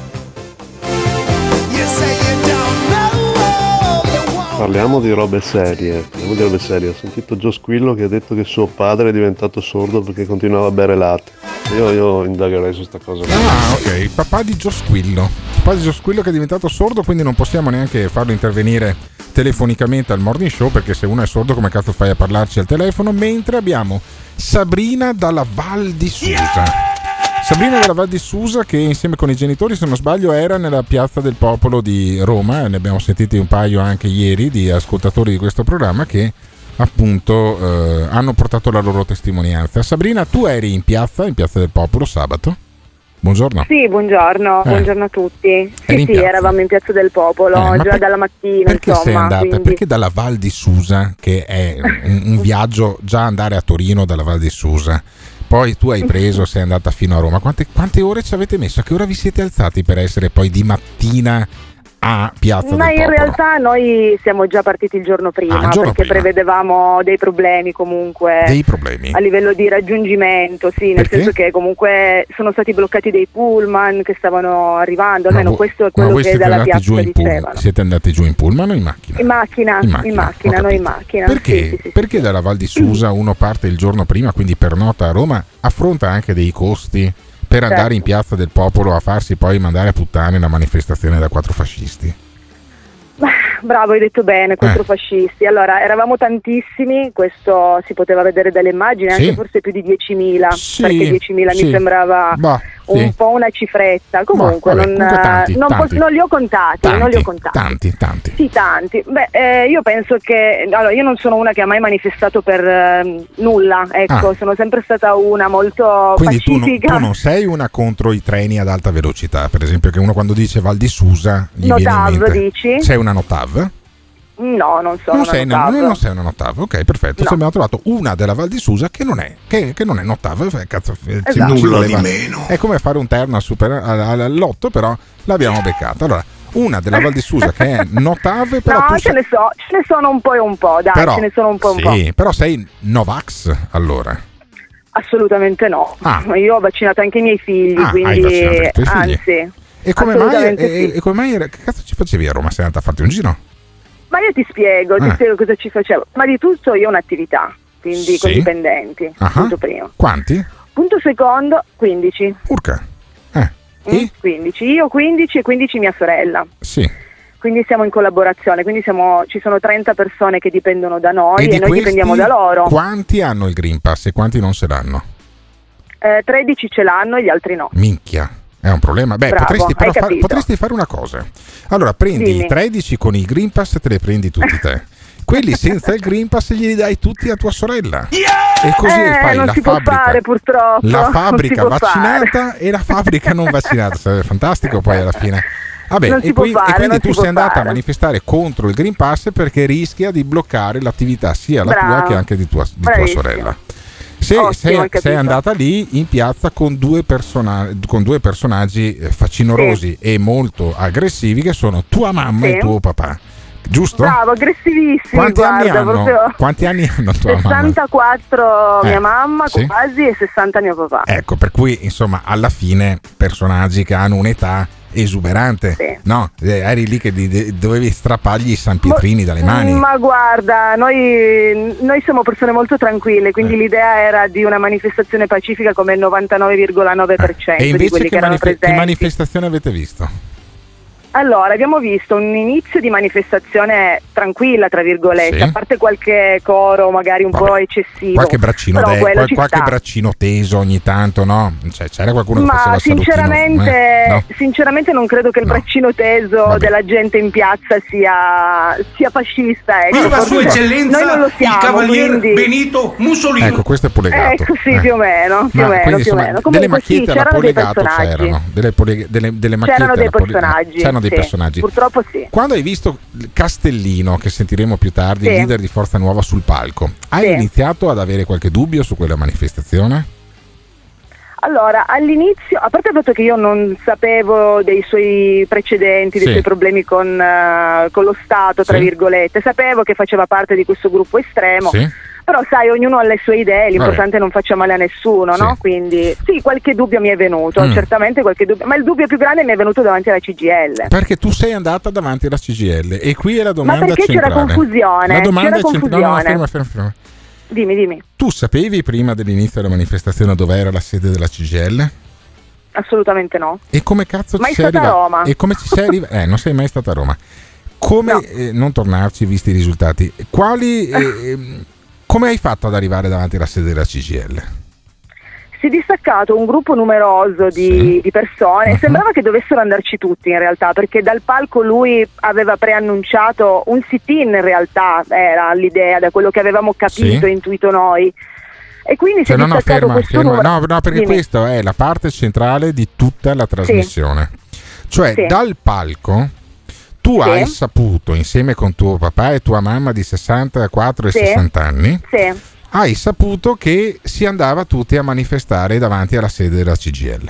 Parliamo di robe serie. Ho sentito Gio Squillo che ha detto che suo padre è diventato sordo perché continuava a bere latte. Io indagherei su sta cosa. Ok, papà di Gio Squillo che è diventato sordo, quindi non possiamo neanche farlo intervenire telefonicamente al Morning Show, perché se uno è sordo come cazzo fai a parlarci al telefono? Mentre abbiamo Sabrina dalla Val di Susa. Sabrina della Val di Susa, che insieme con i genitori, se non sbaglio, era nella Piazza del Popolo di Roma, ne abbiamo sentiti un paio anche ieri di ascoltatori di questo programma che appunto hanno portato la loro testimonianza. Sabrina, tu eri in Piazza del Popolo sabato? Buongiorno. Sì, buongiorno a tutti. Sì, eravamo in Piazza del Popolo già dalla mattina. Perché insomma, sei andata? quindi... Perché dalla Val di Susa, che è un viaggio, già andare a Torino dalla Val di Susa, poi tu hai preso, sei andata fino a Roma. Quante ore ci avete messo? A che ora vi siete alzati per essere poi di mattina a Piazza del Popolo? In realtà noi siamo già partiti il giorno prima, prevedevamo dei problemi comunque. Dei problemi? A livello di raggiungimento, sì, nel senso che comunque sono stati bloccati dei pullman che stavano arrivando, almeno questo è quello che dalla piazza dicevano. Siete andati giù in pullman o in macchina? In macchina, noi in macchina. Perché? Sì. Perché dalla Val di Susa uno parte il giorno prima, quindi pernota a Roma, affronta anche dei costi per andare in Piazza del Popolo a farsi poi mandare a puttane una manifestazione da 4 fascisti? Bravo, hai detto bene, 4 fascisti. Allora, eravamo tantissimi, questo si poteva vedere dalle immagini, anche forse più di 10.000, perché 10.000 mi sembrava un po' una cifretta. Comunque, tanti. Non li ho contati. Tanti. Sì, tanti. Io penso che, allora, io non sono una che ha mai manifestato per nulla, ecco, sono sempre stata una molto quindi pacifica. Tu non sei una contro i treni ad alta velocità, per esempio, che uno quando dice Val di Susa gli viene in mente. Dici? Sei una Notav? No, non sono non sei una Notav, ok, perfetto. No. Abbiamo trovato una della Val di Susa che non è Notav, cazzo, nulla di meno. È come fare un terno all'otto, però l'abbiamo beccata. Allora, una della Val di Susa che è Notav, però no, ce ne sono un po', dai, però, ce ne sono un po'. Però sei Novax, allora? Assolutamente no. Io ho vaccinato anche i miei figli, quindi anzi. E come mai che cazzo ci facevi a Roma? Sei andata a farti un giro? Ma io ti spiego cosa ci facevo. Ma di tutto io ho un'attività, quindi con dipendenti. Punto primo. Quanti? Punto secondo, 15. Urca. 15. Io 15 e 15 mia sorella. Sì. Quindi siamo in collaborazione, quindi ci sono 30 persone che dipendono da noi e noi dipendiamo da loro. Quanti hanno il Green Pass e quanti non se l'hanno? 13 ce l'hanno e gli altri no. Minchia. È un problema. Potresti fare una cosa. Allora, prendi i 13 con il Green Pass e te li prendi tutti te. Quelli senza il Green Pass glieli dai tutti a tua sorella. E così fai non la si fabbrica. Può fare, purtroppo. La fabbrica vaccinata e la fabbrica non vaccinata. Sarebbe fantastico poi alla fine. Vabbè, e quindi tu sei andata a manifestare contro il Green Pass perché rischia di bloccare l'attività sia la tua che anche di tua sorella. Sei andata lì in piazza con due personaggi facinorosi e molto aggressivi che sono tua mamma e tuo papà, giusto? Bravo, aggressivissimi. Quanti anni hanno tua 64 mamma? Mia mamma quasi e 60 mio papà. Ecco, per cui insomma alla fine personaggi che hanno un'età esuberante, no? Eri lì che dovevi strappargli i sanpietrini dalle mani. Ma guarda, noi siamo persone molto tranquille, quindi l'idea era di una manifestazione pacifica come il 99,9% e invece di quelli che erano presenti. Che manifestazione avete visto? Allora, abbiamo visto un inizio di manifestazione tranquilla, tra virgolette, a parte qualche coro magari un po' eccessivo. Qualche braccino braccino teso ogni tanto, no? Cioè, c'era qualcuno che faceva sinceramente non credo che il braccino teso della gente in piazza sia fascista. Ecco. Viva Sua Eccellenza noi non lo siamo, il Cavalier Benito Mussolini. Ecco, questo è più legato. Ecco, sì, più o meno. Comunque, delle macchiette c'erano dei personaggi. Delle macchiette c'erano dei personaggi. Dei personaggi. Purtroppo sì. Quando hai visto Castellino, che sentiremo più tardi, il leader di Forza Nuova sul palco, hai iniziato ad avere qualche dubbio su quella manifestazione? Allora, all'inizio, a parte il fatto che io non sapevo dei suoi precedenti, dei suoi problemi con lo Stato, tra virgolette, sapevo che faceva parte di questo gruppo estremo, però sai, ognuno ha le sue idee, l'importante è non faccia male a nessuno, no? Quindi sì, qualche dubbio mi è venuto, certamente qualche dubbio, ma il dubbio più grande mi è venuto davanti alla CGIL. Perché tu sei andata davanti alla CGIL e qui è la domanda centrale. Ma perché centrale. C'era confusione? La domanda c'era confusione. No, ferma. Dimmi. Tu sapevi prima dell'inizio della manifestazione dove era la sede della CGIL? Assolutamente no. E come cazzo mai ci sei arrivata? A Roma. E come ci sei arrivata? Non sei mai stata a Roma. Come non tornarci visti i risultati? Come hai fatto ad arrivare davanti alla sede della CGIL? Si è distaccato un gruppo numeroso di persone, sembrava che dovessero andarci tutti in realtà, perché dal palco lui aveva preannunciato un sit-in, in realtà era l'idea, da quello che avevamo capito e intuito noi, e quindi si è distaccato questo numero. No, perché questa è la parte centrale di tutta la trasmissione, cioè dal palco tu hai saputo, insieme con tuo papà e tua mamma di 64 e 60 anni, hai saputo che si andava tutti a manifestare davanti alla sede della CGIL.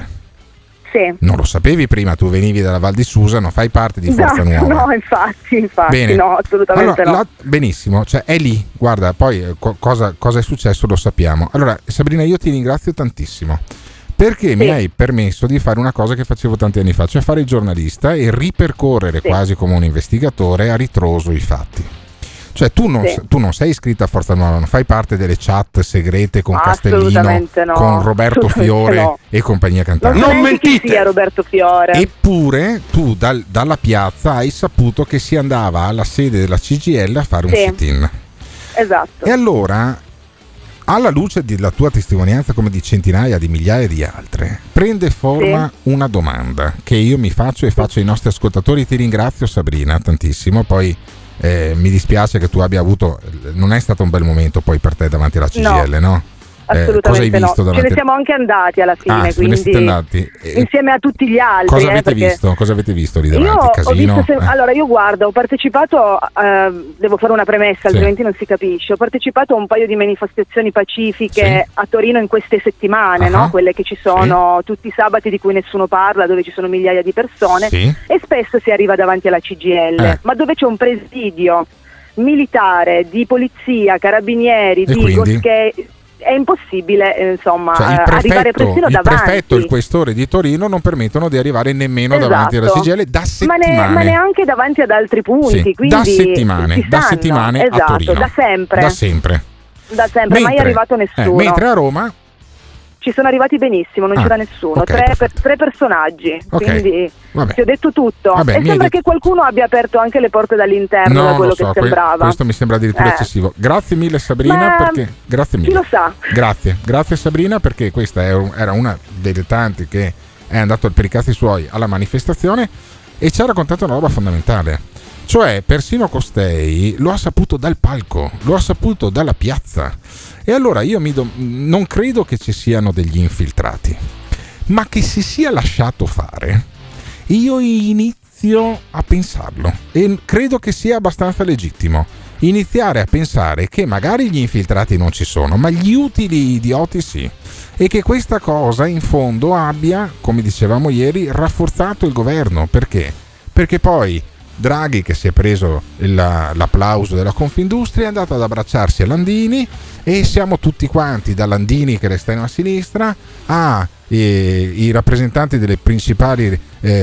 Sì. Non lo sapevi prima, tu venivi dalla Val di Susa, non fai parte di Forza Nuova. No, infatti, bene. No, assolutamente allora, benissimo, cioè è lì, guarda, poi cosa è successo lo sappiamo. Allora, Sabrina, io ti ringrazio tantissimo, perché mi hai permesso di fare una cosa che facevo tanti anni fa, cioè fare il giornalista e ripercorrere quasi come un investigatore a ritroso i fatti. Cioè tu non sei iscritta a Forza Nuova, non fai parte delle chat segrete con Castellino, con Roberto Fiore e compagnia cantante. Non mentite! Sia Roberto Fiore. Eppure tu dalla piazza hai saputo che si andava alla sede della CGIL a fare un sit-in. Esatto. E allora, alla luce della tua testimonianza come di centinaia di migliaia di altre, prende forma una domanda che io mi faccio e faccio ai nostri ascoltatori. Ti ringrazio, Sabrina, tantissimo. Poi mi dispiace che tu abbia avuto, non è stato un bel momento poi per te davanti alla CGIL, no? Assolutamente cosa hai visto no. Ce ne siamo anche andati alla fine, quindi siete andati. Insieme a tutti gli altri. Cosa avete visto? Cosa avete visto lì davanti? Casino? Allora io guardo, ho partecipato, devo fare una premessa, altrimenti non si capisce. Ho partecipato a un paio di manifestazioni pacifiche a Torino in queste settimane, no? Quelle che ci sono tutti i sabati di cui nessuno parla, dove ci sono migliaia di persone, e spesso si arriva davanti alla CGIL, ma dove c'è un presidio militare, di polizia, carabinieri, di Goschè. È impossibile, insomma, arrivare persino davanti. Il prefetto e il questore di Torino non permettono di arrivare nemmeno davanti alla CGIL da settimane. Ma neanche davanti ad altri punti. Quindi da settimane a Torino. Da sempre. Mai arrivato nessuno. Mentre a Roma ci sono arrivati benissimo, non c'era nessuno. Tre personaggi, quindi ti ho detto tutto. E sembra che qualcuno abbia aperto anche le porte dall'interno, da quello che sembrava. Questo mi sembra addirittura eccessivo. Grazie mille, Sabrina, grazie mille. Chi lo sa? Grazie Sabrina, perché questa era una delle tante che è andato per i cazzi suoi alla manifestazione e ci ha raccontato una roba fondamentale. Cioè, persino costei lo ha saputo dal palco, lo ha saputo dalla piazza. E allora io non credo che ci siano degli infiltrati, ma che si sia lasciato fare, io inizio a pensarlo. E credo che sia abbastanza legittimo iniziare a pensare che magari gli infiltrati non ci sono, ma gli utili idioti sì. E che questa cosa in fondo abbia, come dicevamo ieri, rafforzato il governo. Perché? Perché poi Draghi, che si è preso l'applauso della Confindustria, è andato ad abbracciarsi a Landini e siamo tutti quanti, da Landini che restano a sinistra i rappresentanti delle principali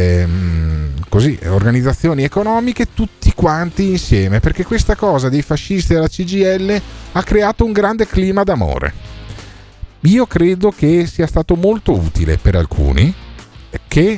organizzazioni economiche, tutti quanti insieme, perché questa cosa dei fascisti della CGIL ha creato un grande clima d'amore. Io credo che sia stato molto utile per alcuni che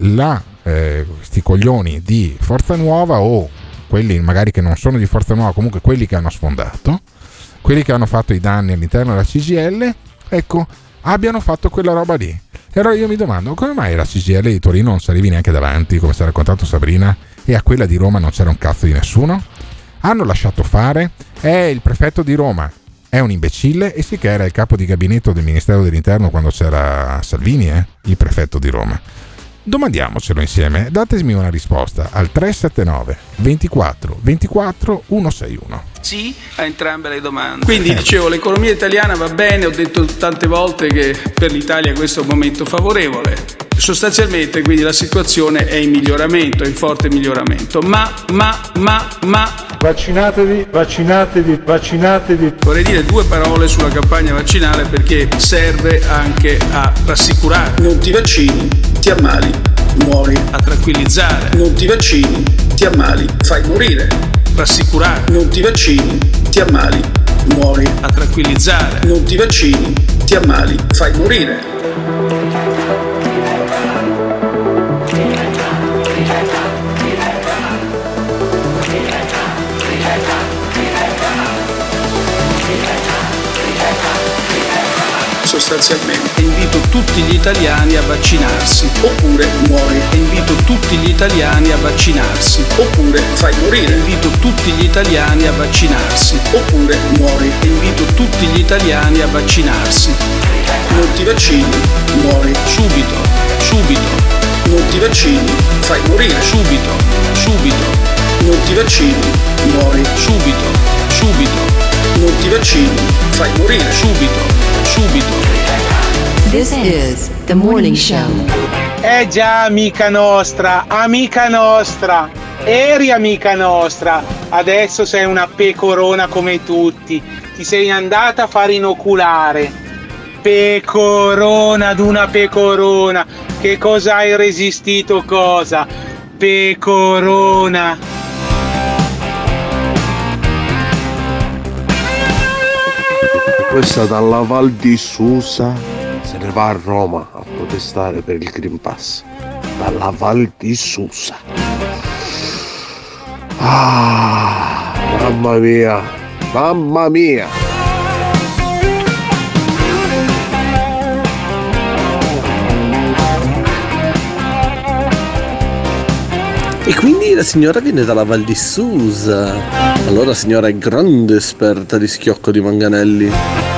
questi coglioni di Forza Nuova, o quelli magari che non sono di Forza Nuova, comunque quelli che hanno sfondato, quelli che hanno fatto i danni all'interno della CGIL, ecco, abbiano fatto quella roba lì. E allora io mi domando, come mai la CGIL di Torino non si arrivi neanche davanti, come ci ha raccontato Sabrina, e a quella di Roma non c'era un cazzo di nessuno? Hanno lasciato fare. Il prefetto di Roma è un imbecille, e sì che era il capo di gabinetto del Ministero dell'Interno quando c'era Salvini, il prefetto di Roma. Domandiamocelo insieme, datemi una risposta al 379 24 24 161. Sì a entrambe le domande. Quindi dicevo, l'economia italiana va bene, ho detto tante volte che per l'Italia questo è un momento favorevole. Sostanzialmente quindi la situazione è in miglioramento, è in forte miglioramento, ma vaccinatevi. Vorrei dire due parole sulla campagna vaccinale perché serve anche a rassicurare. Non ti vaccini, ti ammali, muori. A tranquillizzare. Non ti vaccini, ti ammali, fai morire. Rassicurare. Non ti vaccini, ti ammali, muori. A tranquillizzare. Non ti vaccini, ti ammali, fai morire. Sostanzialmente invito tutti gli italiani a vaccinarsi oppure muori. Invito tutti gli italiani a vaccinarsi oppure fai morire. Invito tutti gli italiani a vaccinarsi oppure muori. Invito tutti gli italiani a vaccinarsi. Non ti vaccini, muori subito. Non ti vaccini, fai morire subito. Non ti vaccini, muori subito. Non ti vaccini, fai morire subito. This is the morning show. Già, amica nostra, eri amica nostra, adesso sei una pecorona come tutti, ti sei andata a far inoculare. Pecorona ad una pecorona, che cosa hai resistito, cosa? Pecorona. Questa dalla Val di Susa se ne va a Roma a protestare per il Green Pass. Dalla Val di Susa. Mamma mia. E quindi la signora viene dalla Val di Susa. Allora la signora è grande esperta di schiocco di manganelli.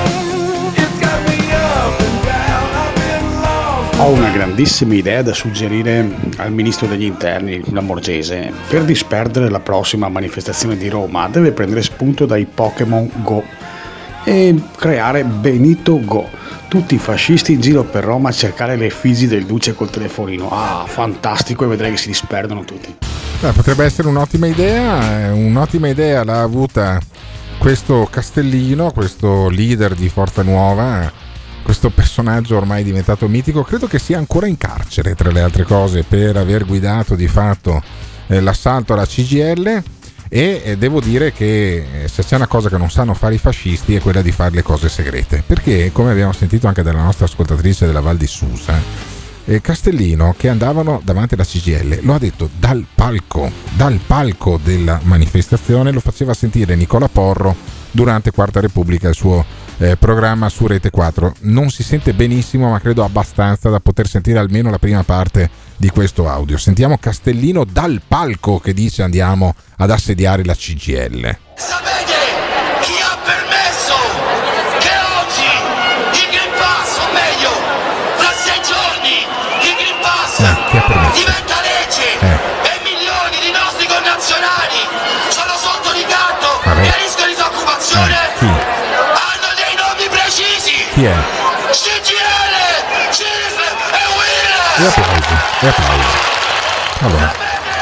Ho una grandissima idea da suggerire al ministro degli interni, Lamorgese. Per disperdere la prossima manifestazione di Roma deve prendere spunto dai Pokémon Go e creare Benito Go. Tutti i fascisti in giro per Roma a cercare le effigie del Duce col telefonino. Fantastico, e vedrei che si disperdono tutti. Potrebbe essere un'ottima idea l'ha avuta questo Castellino, questo leader di Forza Nuova, questo personaggio ormai diventato mitico. Credo che sia ancora in carcere, tra le altre cose, per aver guidato di fatto l'assalto alla CGIL. E devo dire che se c'è una cosa che non sanno fare i fascisti è quella di fare le cose segrete, perché come abbiamo sentito anche dalla nostra ascoltatrice della Val di Susa, Castellino, che andavano davanti alla CGIL, lo ha detto dal palco della manifestazione, lo faceva sentire Nicola Porro durante Quarta Repubblica, il suo programma su Rete 4. Non si sente benissimo, ma credo abbastanza da poter sentire almeno la prima parte di questo audio. Sentiamo Castellino dal palco che dice: andiamo ad assediare la CGIL. Sapete chi ha permesso che oggi il Green Pass, o meglio, tra 6 giorni il Green Pass diventa legge e milioni di nostri connazionali sono sotto ricatto e a rischio di disoccupazione? Hanno dei nomi precisi. Chi è? CGIL, CIF e UIL. E applausi. Allora,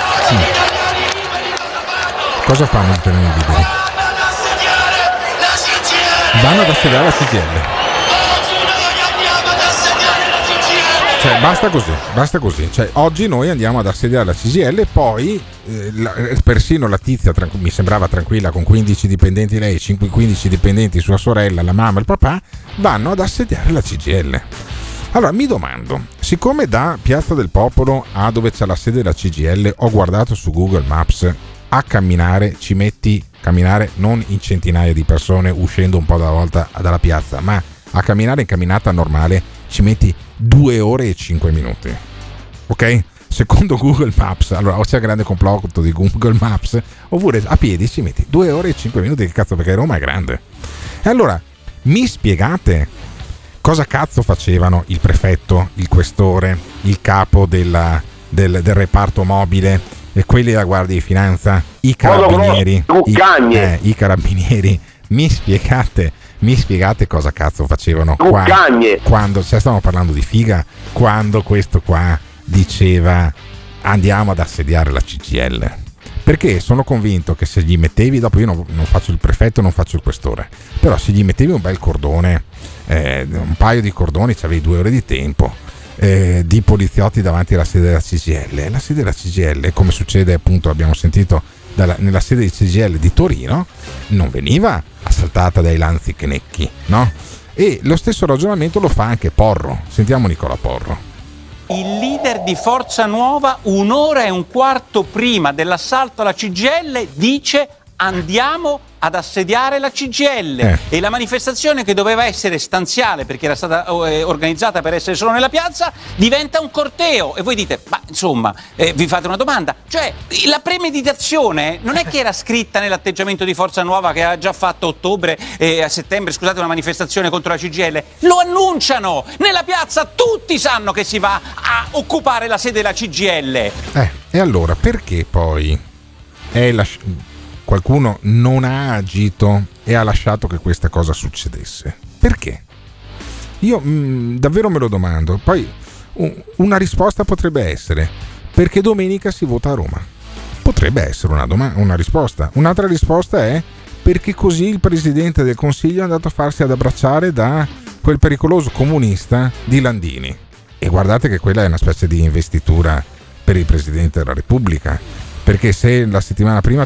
cosa fanno i terreni liberi? Vanno ad assediare la CGIL. Cioè, basta così. Cioè, oggi noi andiamo ad assediare la CGIL e poi persino la tizia mi sembrava tranquilla con 15 dipendenti lei, 15 dipendenti sua sorella, la mamma e il papà, vanno ad assediare la CGIL. Allora mi domando, siccome da Piazza del Popolo a dove c'è la sede della CGIL ho guardato su Google Maps, a camminare ci metti, camminare non in centinaia di persone uscendo un po' dalla volta dalla piazza, ma a camminare in camminata normale ci metti 2 ore e 5 minuti, ok? Secondo Google Maps. Allora o c'è il grande complotto di Google Maps, oppure a piedi ci metti 2 ore e 5 minuti, che cazzo, perché Roma è grande. E allora mi spiegate cosa cazzo facevano il prefetto, il questore il capo del reparto mobile, e quelli della Guardia di Finanza, i carabinieri, i carabinieri, mi spiegate cosa cazzo facevano quando stiamo parlando di figa, quando questo qua diceva andiamo ad assediare la CGIL, perché sono convinto che se gli mettevi, dopo io non faccio il prefetto, non faccio il questore, però se gli mettevi un bel cordone, un paio di cordoni, c'avevi 2 ore di tempo, di poliziotti davanti alla sede della CGIL. La sede della CGIL, come succede appunto, abbiamo sentito nella sede di CGIL di Torino, non veniva assaltata dai lanzichenecchi, no? E lo stesso ragionamento lo fa anche Porro. Sentiamo Nicola Porro. Il leader di Forza Nuova, 1 ora e un quarto prima dell'assalto alla CGIL, dice andiamo ad assediare la CGIL, e la manifestazione, che doveva essere stanziale perché era stata organizzata per essere solo nella piazza, diventa un corteo. E voi dite, ma insomma, vi fate una domanda, cioè la premeditazione non è che era scritta nell'atteggiamento di Forza Nuova, che ha già fatto a settembre, scusate, una manifestazione contro la CGIL, lo annunciano nella piazza, tutti sanno che si va a occupare la sede della CGIL. E allora perché poi qualcuno non ha agito e ha lasciato che questa cosa succedesse? Perché? Io davvero me lo domando. Poi una risposta potrebbe essere perché domenica si vota a Roma. Potrebbe essere una risposta. Un'altra risposta è perché così il Presidente del Consiglio è andato a farsi ad abbracciare da quel pericoloso comunista di Landini. E guardate che quella è una specie di investitura per il Presidente della Repubblica. Perché se la settimana prima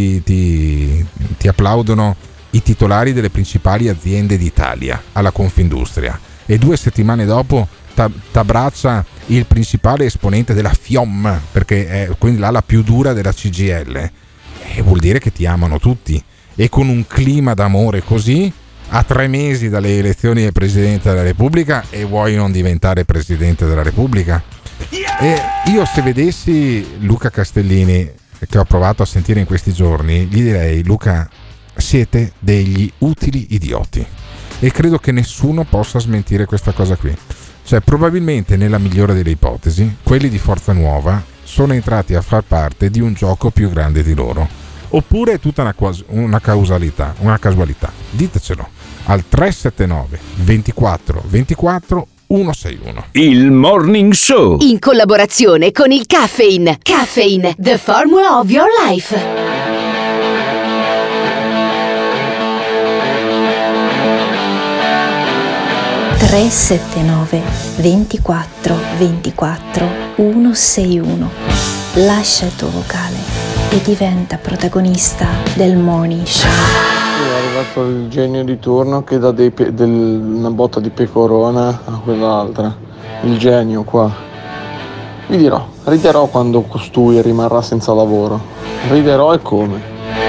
ti applaudono i titolari delle principali aziende d'Italia alla Confindustria e 2 settimane dopo t'abbraccia il principale esponente della FIOM, perché è quindi la più dura della CGIL, vuol dire che ti amano tutti. E con un clima d'amore così, a 3 mesi dalle elezioni del Presidente della Repubblica, e vuoi non diventare Presidente della Repubblica? E io, se vedessi Luca Castellini, che ho provato a sentire in questi giorni, gli direi: Luca, siete degli utili idioti, e credo che nessuno possa smentire questa cosa qui. Cioè, probabilmente, nella migliore delle ipotesi, quelli di Forza Nuova sono entrati a far parte di un gioco più grande di loro, oppure è tutta una casualità. Ditecelo al 379 24 24 161. Il Morning Show, in collaborazione con il Caffeine. Caffeine, the formula of your life. Tre 79 24 24 161. Lascia il tuo vocale e diventa protagonista del Morning Show. È arrivato il genio di turno che dà una botta di pecorona a quell'altra. Il genio qua. Vi dirò, riderò quando costui rimarrà senza lavoro. Riderò e come.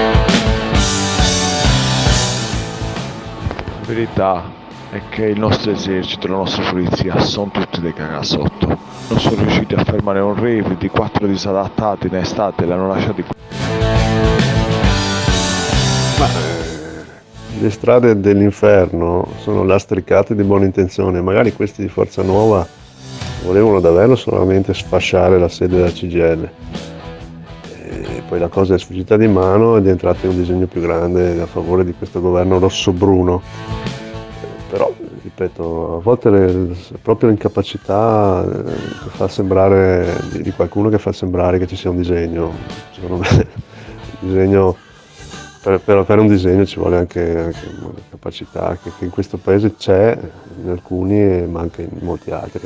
La verità è che il nostro esercito e la nostra polizia sono tutti dei cagassotto. Non sono riusciti a fermare un rave di 4 disadattati in estate, l'hanno lasciati qui. Le strade dell'inferno sono lastricate di buone intenzioni. Magari questi di Forza Nuova volevano davvero solamente sfasciare la sede della CGIL, e poi la cosa è sfuggita di mano ed è entrato in un disegno più grande a favore di questo governo rosso-bruno. Però, ripeto, a volte proprio l'incapacità che fa sembrare di qualcuno, che fa sembrare che ci sia un disegno. Secondo me il disegno, per un disegno ci vuole anche una capacità che in questo paese c'è in alcuni, ma anche in molti altri.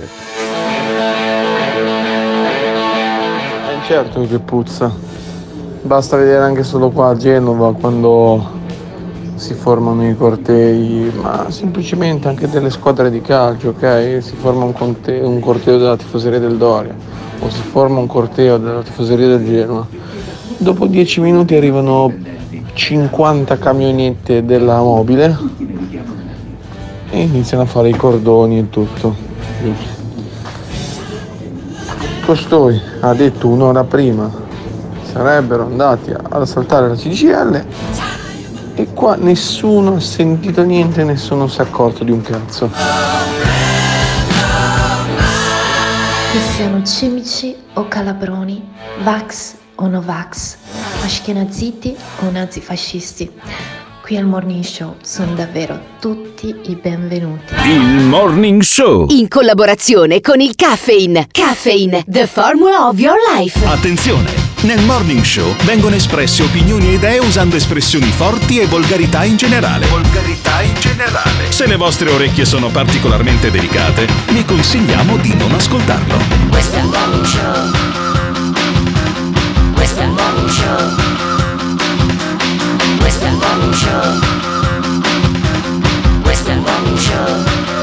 Certo che puzza, basta vedere anche solo qua a Genova quando si formano i cortei, ma semplicemente anche delle squadre di calcio, ok? Si forma un corteo della tifoseria del Doria o si forma un corteo della tifoseria del Genoa. Dopo 10 minuti arrivano 50 camionette della mobile e iniziano a fare i cordoni e tutto. Costui ha detto un'ora prima sarebbero andati ad assaltare la CGIL e qua nessuno ha sentito niente, nessuno si è accorto di un cazzo. Che siano cimici o calabroni, vax o no vax, ashkenaziti o nazifascisti. Qui al Morning Show sono davvero tutti i benvenuti. Il Morning Show. In collaborazione con il Caffeine. Caffeine, the formula of your life. Attenzione! Nel Morning Show vengono espresse opinioni e idee usando espressioni forti e volgarità in generale. Se le vostre orecchie sono particolarmente delicate, vi consigliamo di non ascoltarlo. Questo è il Morning Show. Questo è il Morning Show. Questo è il Morning Show. Questo è il Morning Show.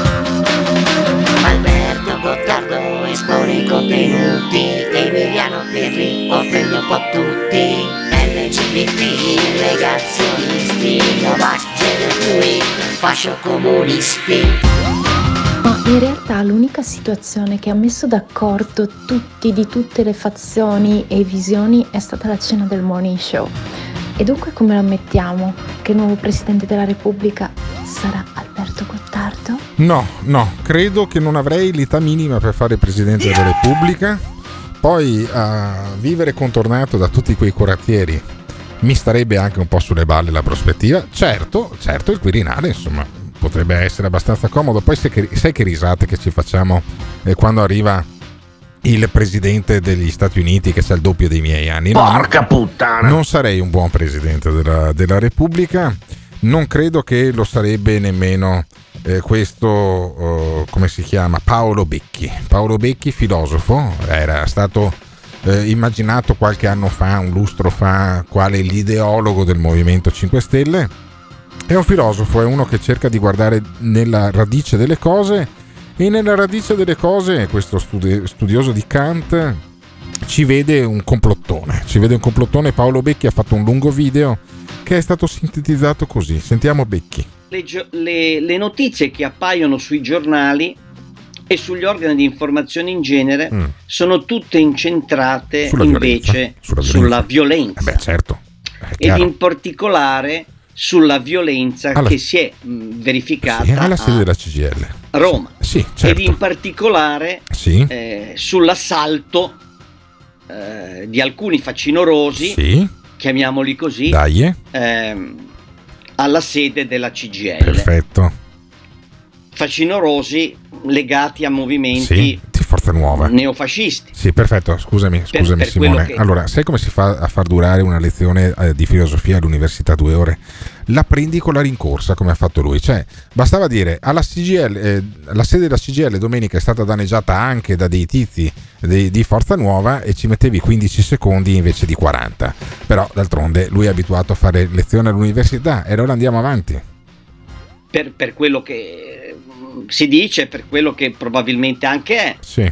Alberto Gottardo espone i contenuti, Emiliano Pirri offende un po' tutti. LGBT, negazionisti, Novax, gender fluid, fascio comunisti. Ma in realtà l'unica situazione che ha messo d'accordo tutti di tutte le fazioni e visioni è stata la cena del Morning Show. E dunque come lo ammettiamo che il nuovo Presidente della Repubblica sarà Alberto Gottardo? No, credo che non avrei l'età minima per fare Presidente della Repubblica. Poi a vivere contornato da tutti quei corazzieri mi starebbe anche un po' sulle balle la prospettiva. Certo, il Quirinale, insomma, potrebbe essere abbastanza comodo. Poi sai che risate che ci facciamo quando arriva il presidente degli Stati Uniti che sa il doppio dei miei anni. Porca puttana! Non sarei un buon presidente della Repubblica. Non credo che lo sarebbe nemmeno questo, come si chiama? Paolo Becchi. Paolo Becchi, filosofo, era stato immaginato qualche anno fa, un lustro fa, quale l'ideologo del Movimento 5 Stelle. È un filosofo, è uno che cerca di guardare nella radice delle cose. E nella radice delle cose questo studioso di Kant ci vede un complottone. Paolo Becchi ha fatto un lungo video che è stato sintetizzato così. Sentiamo Becchi. Le notizie che appaiono sui giornali e sugli organi di informazione in genere sono tutte incentrate invece sulla violenza. Beh, certo. Ed in particolare sulla violenza che si è verificata alla sede della CGIL a Roma, sì, certo. Ed in particolare sull'assalto di alcuni facinorosi, chiamiamoli così, alla sede della CGIL. Perfetto. Facinorosi legati a movimenti di Forza Nuova, neofascisti. Sì, perfetto. Scusami per Simone. Che... Allora, sai come si fa a far durare una lezione di filosofia all'università 2 ore? La prendi con la rincorsa, come ha fatto lui. Cioè, bastava dire alla CGIL, la sede della CGIL domenica è stata danneggiata anche da dei tizi di Forza Nuova, e ci mettevi 15 secondi invece di 40. Però d'altronde lui è abituato a fare lezioni all'università, e allora andiamo avanti. Per quello che si dice, per quello che probabilmente anche è. Sì.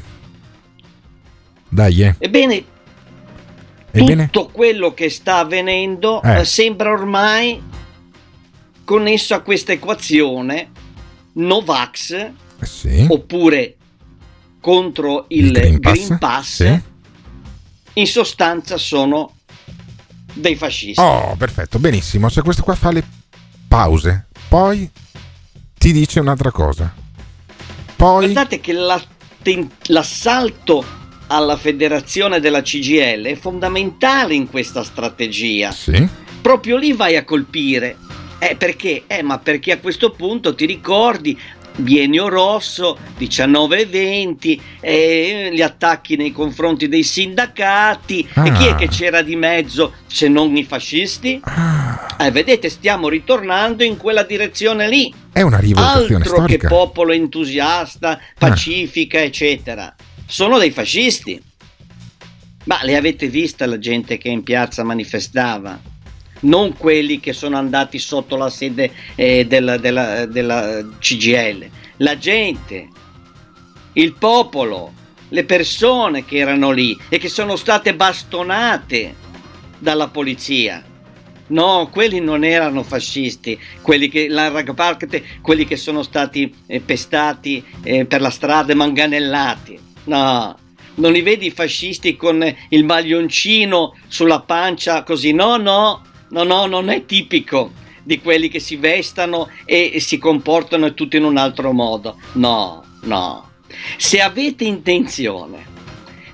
Dai. Ebbene, tutto quello che sta avvenendo sembra ormai connesso a questa equazione Novax, oppure contro il Green Pass. In sostanza sono dei fascisti. Oh, perfetto, benissimo. Cioè, questo qua fa le pause, poi ti dice un'altra cosa. Poi guardate che l'assalto alla federazione della CGIL è fondamentale in questa strategia. Proprio lì vai a colpire. Perché? Ma perché a questo punto ti ricordi biennio rosso, 19-20, gli attacchi nei confronti dei sindacati, e chi è che c'era di mezzo se non i fascisti? Vedete, stiamo ritornando in quella direzione lì. È una rivoluzione altro storica. Che popolo entusiasta, pacifica, eccetera. Sono dei fascisti. Ma le avete vista la gente che in piazza manifestava? Non quelli che sono andati sotto la sede della CGIL. La gente, il popolo, le persone che erano lì e che sono state bastonate dalla polizia. No, quelli non erano fascisti, quelli che larga parte, quelli che sono stati pestati per la strada e manganellati. No, non li vedi i fascisti con il maglioncino sulla pancia così? No, non è tipico di quelli che si vestano e si comportano tutto in un altro modo. No. Se avete intenzione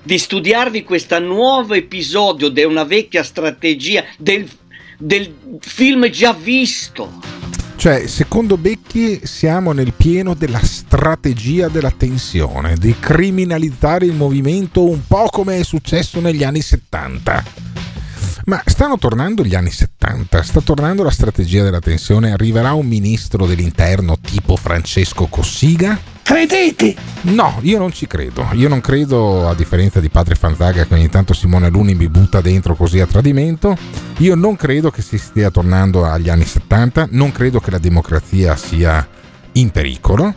di studiarvi questo nuovo episodio di una vecchia strategia del film già visto. Cioè, secondo Becchi siamo nel pieno della strategia della tensione, di criminalizzare il movimento, un po' come è successo negli anni 70. Ma stanno tornando gli anni 70, sta tornando la strategia della tensione, arriverà un ministro dell'interno tipo Francesco Cossiga? Credete? No, io non ci credo. Io non credo, a differenza di padre Fanzaga che ogni tanto Simone Alunni mi butta dentro così a tradimento, io non credo che si stia tornando agli anni 70, non credo che la democrazia sia in pericolo.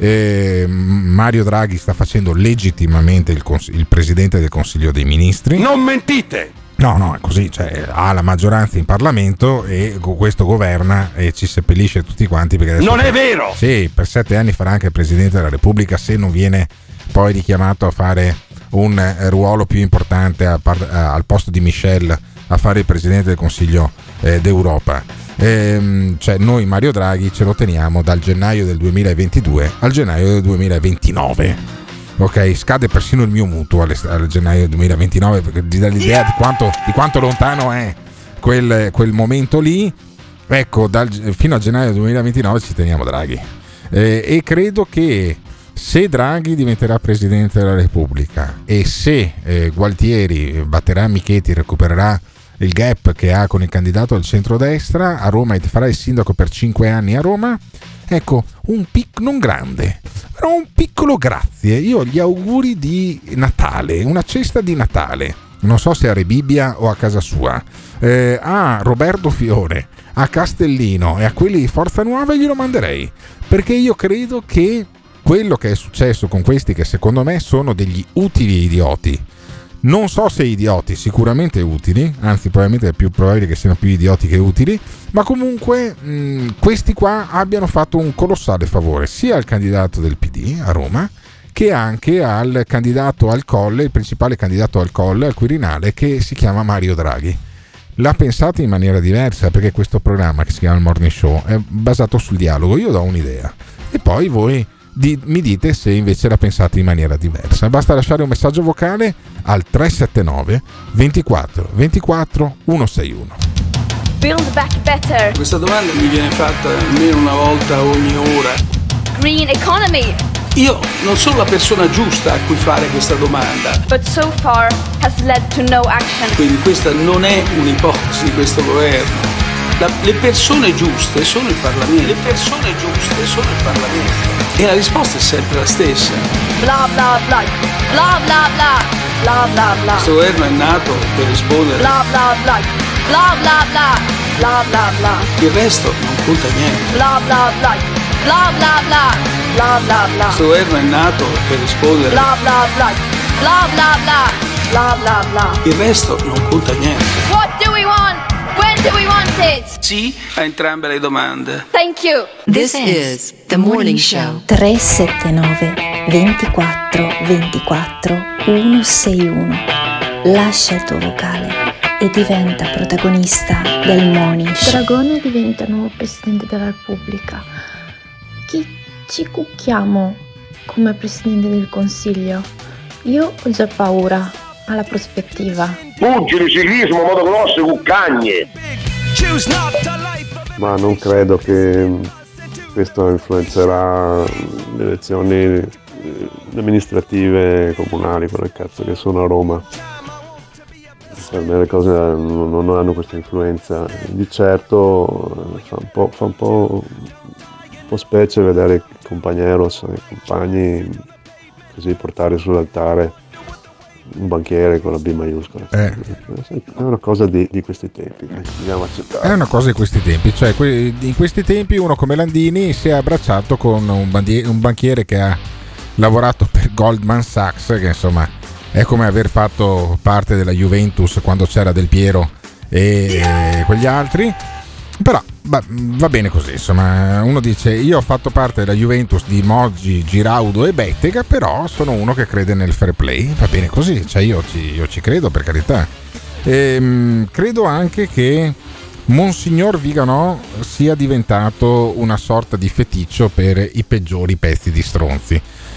Mario Draghi sta facendo legittimamente il presidente del Consiglio dei Ministri. Non mentite! No, è così, cioè ha la maggioranza in Parlamento e con questo governa e ci seppellisce tutti quanti perché adesso Non è vero! Sì, per 7 anni farà anche il Presidente della Repubblica se non viene poi richiamato a fare un ruolo più importante al posto di Michel a fare il Presidente del Consiglio d'Europa. Cioè noi Mario Draghi ce lo teniamo dal gennaio del 2022 al gennaio del 2029. Ok, scade persino il mio mutuo al gennaio 2029 perché ti dà l'idea di quanto lontano è quel momento lì. Ecco, fino a gennaio 2029 ci teniamo Draghi e credo che se Draghi diventerà Presidente della Repubblica e se Gualtieri batterà Micheti, recupererà il gap che ha con il candidato del centrodestra a Roma e farà il sindaco per 5 anni a Roma, ecco, non grande, però un piccolo grazie. Io gli auguri di Natale, una cesta di Natale, non so se a Rebibbia o a casa sua, a Roberto Fiore, a Castellino e a quelli di Forza Nuova glielo manderei, perché io credo che quello che è successo con questi, che secondo me sono degli utili idioti, non so se idioti, sicuramente utili, anzi probabilmente è più probabile che siano più idioti che utili, ma comunque questi qua abbiano fatto un colossale favore sia al candidato del PD a Roma che anche al candidato al Colle, il principale candidato al Colle, al Quirinale, che si chiama Mario Draghi. L'ha pensato in maniera diversa perché questo programma che si chiama il Morning Show è basato sul dialogo. Io do un'idea e poi voi mi dite se invece la pensate in maniera diversa. Basta lasciare un messaggio vocale al 379 24 24 161. Build back better. Questa domanda mi viene fatta almeno una volta ogni ora. Green economy. Io non sono la persona giusta a cui fare questa domanda. But so far has led to no action. Quindi questa non è un'ipotesi di questo governo. Le persone giuste sono il Parlamento. Le persone giuste sono il Parlamento. E la risposta è sempre la stessa. Bla bla bla. Bla bla bla. Bla bla bla. Questo governo è nato per rispondere. Bla bla bla. Bla bla bla. Bla bla bla. Il resto non conta niente. Bla bla bla. Bla bla bla. Bla bla bla. Questo governo è nato per rispondere. Bla bla bla. Bla bla bla. Bla bla bla. Il resto non conta niente. What do we want? When do we want it? Sì a entrambe le domande. Thank you. This is the morning show. 379 24 24 161. Lascia il tuo vocale e diventa protagonista del morning show. Dragone diventa nuovo presidente della Repubblica. Chi ci cucchiamo come presidente del Consiglio? Io ho già paura alla prospettiva. Pugili, ciclismo, motocross, cuccagne. Ma non credo che questo influenzerà le elezioni amministrative comunali, quelle cazzo che sono a Roma. Per me le cose non hanno questa influenza. Di certo fa un po' specie vedere i compagneros, i compagni così portare sull'altare un banchiere con la B maiuscola. È una cosa di questi tempi che dobbiamo accettare. È una cosa di questi tempi, cioè in questi tempi uno come Landini si è abbracciato con un banchiere che ha lavorato per Goldman Sachs, che insomma è come aver fatto parte della Juventus quando c'era Del Piero e quegli altri. Però va bene così, insomma, uno dice io ho fatto parte della Juventus di Moggi, Giraudo e Bettega, però sono uno che crede nel fair play, va bene così, cioè io ci credo, per carità. Credo anche che Monsignor Viganò sia diventato una sorta di feticcio per i peggiori pezzi di stronzi.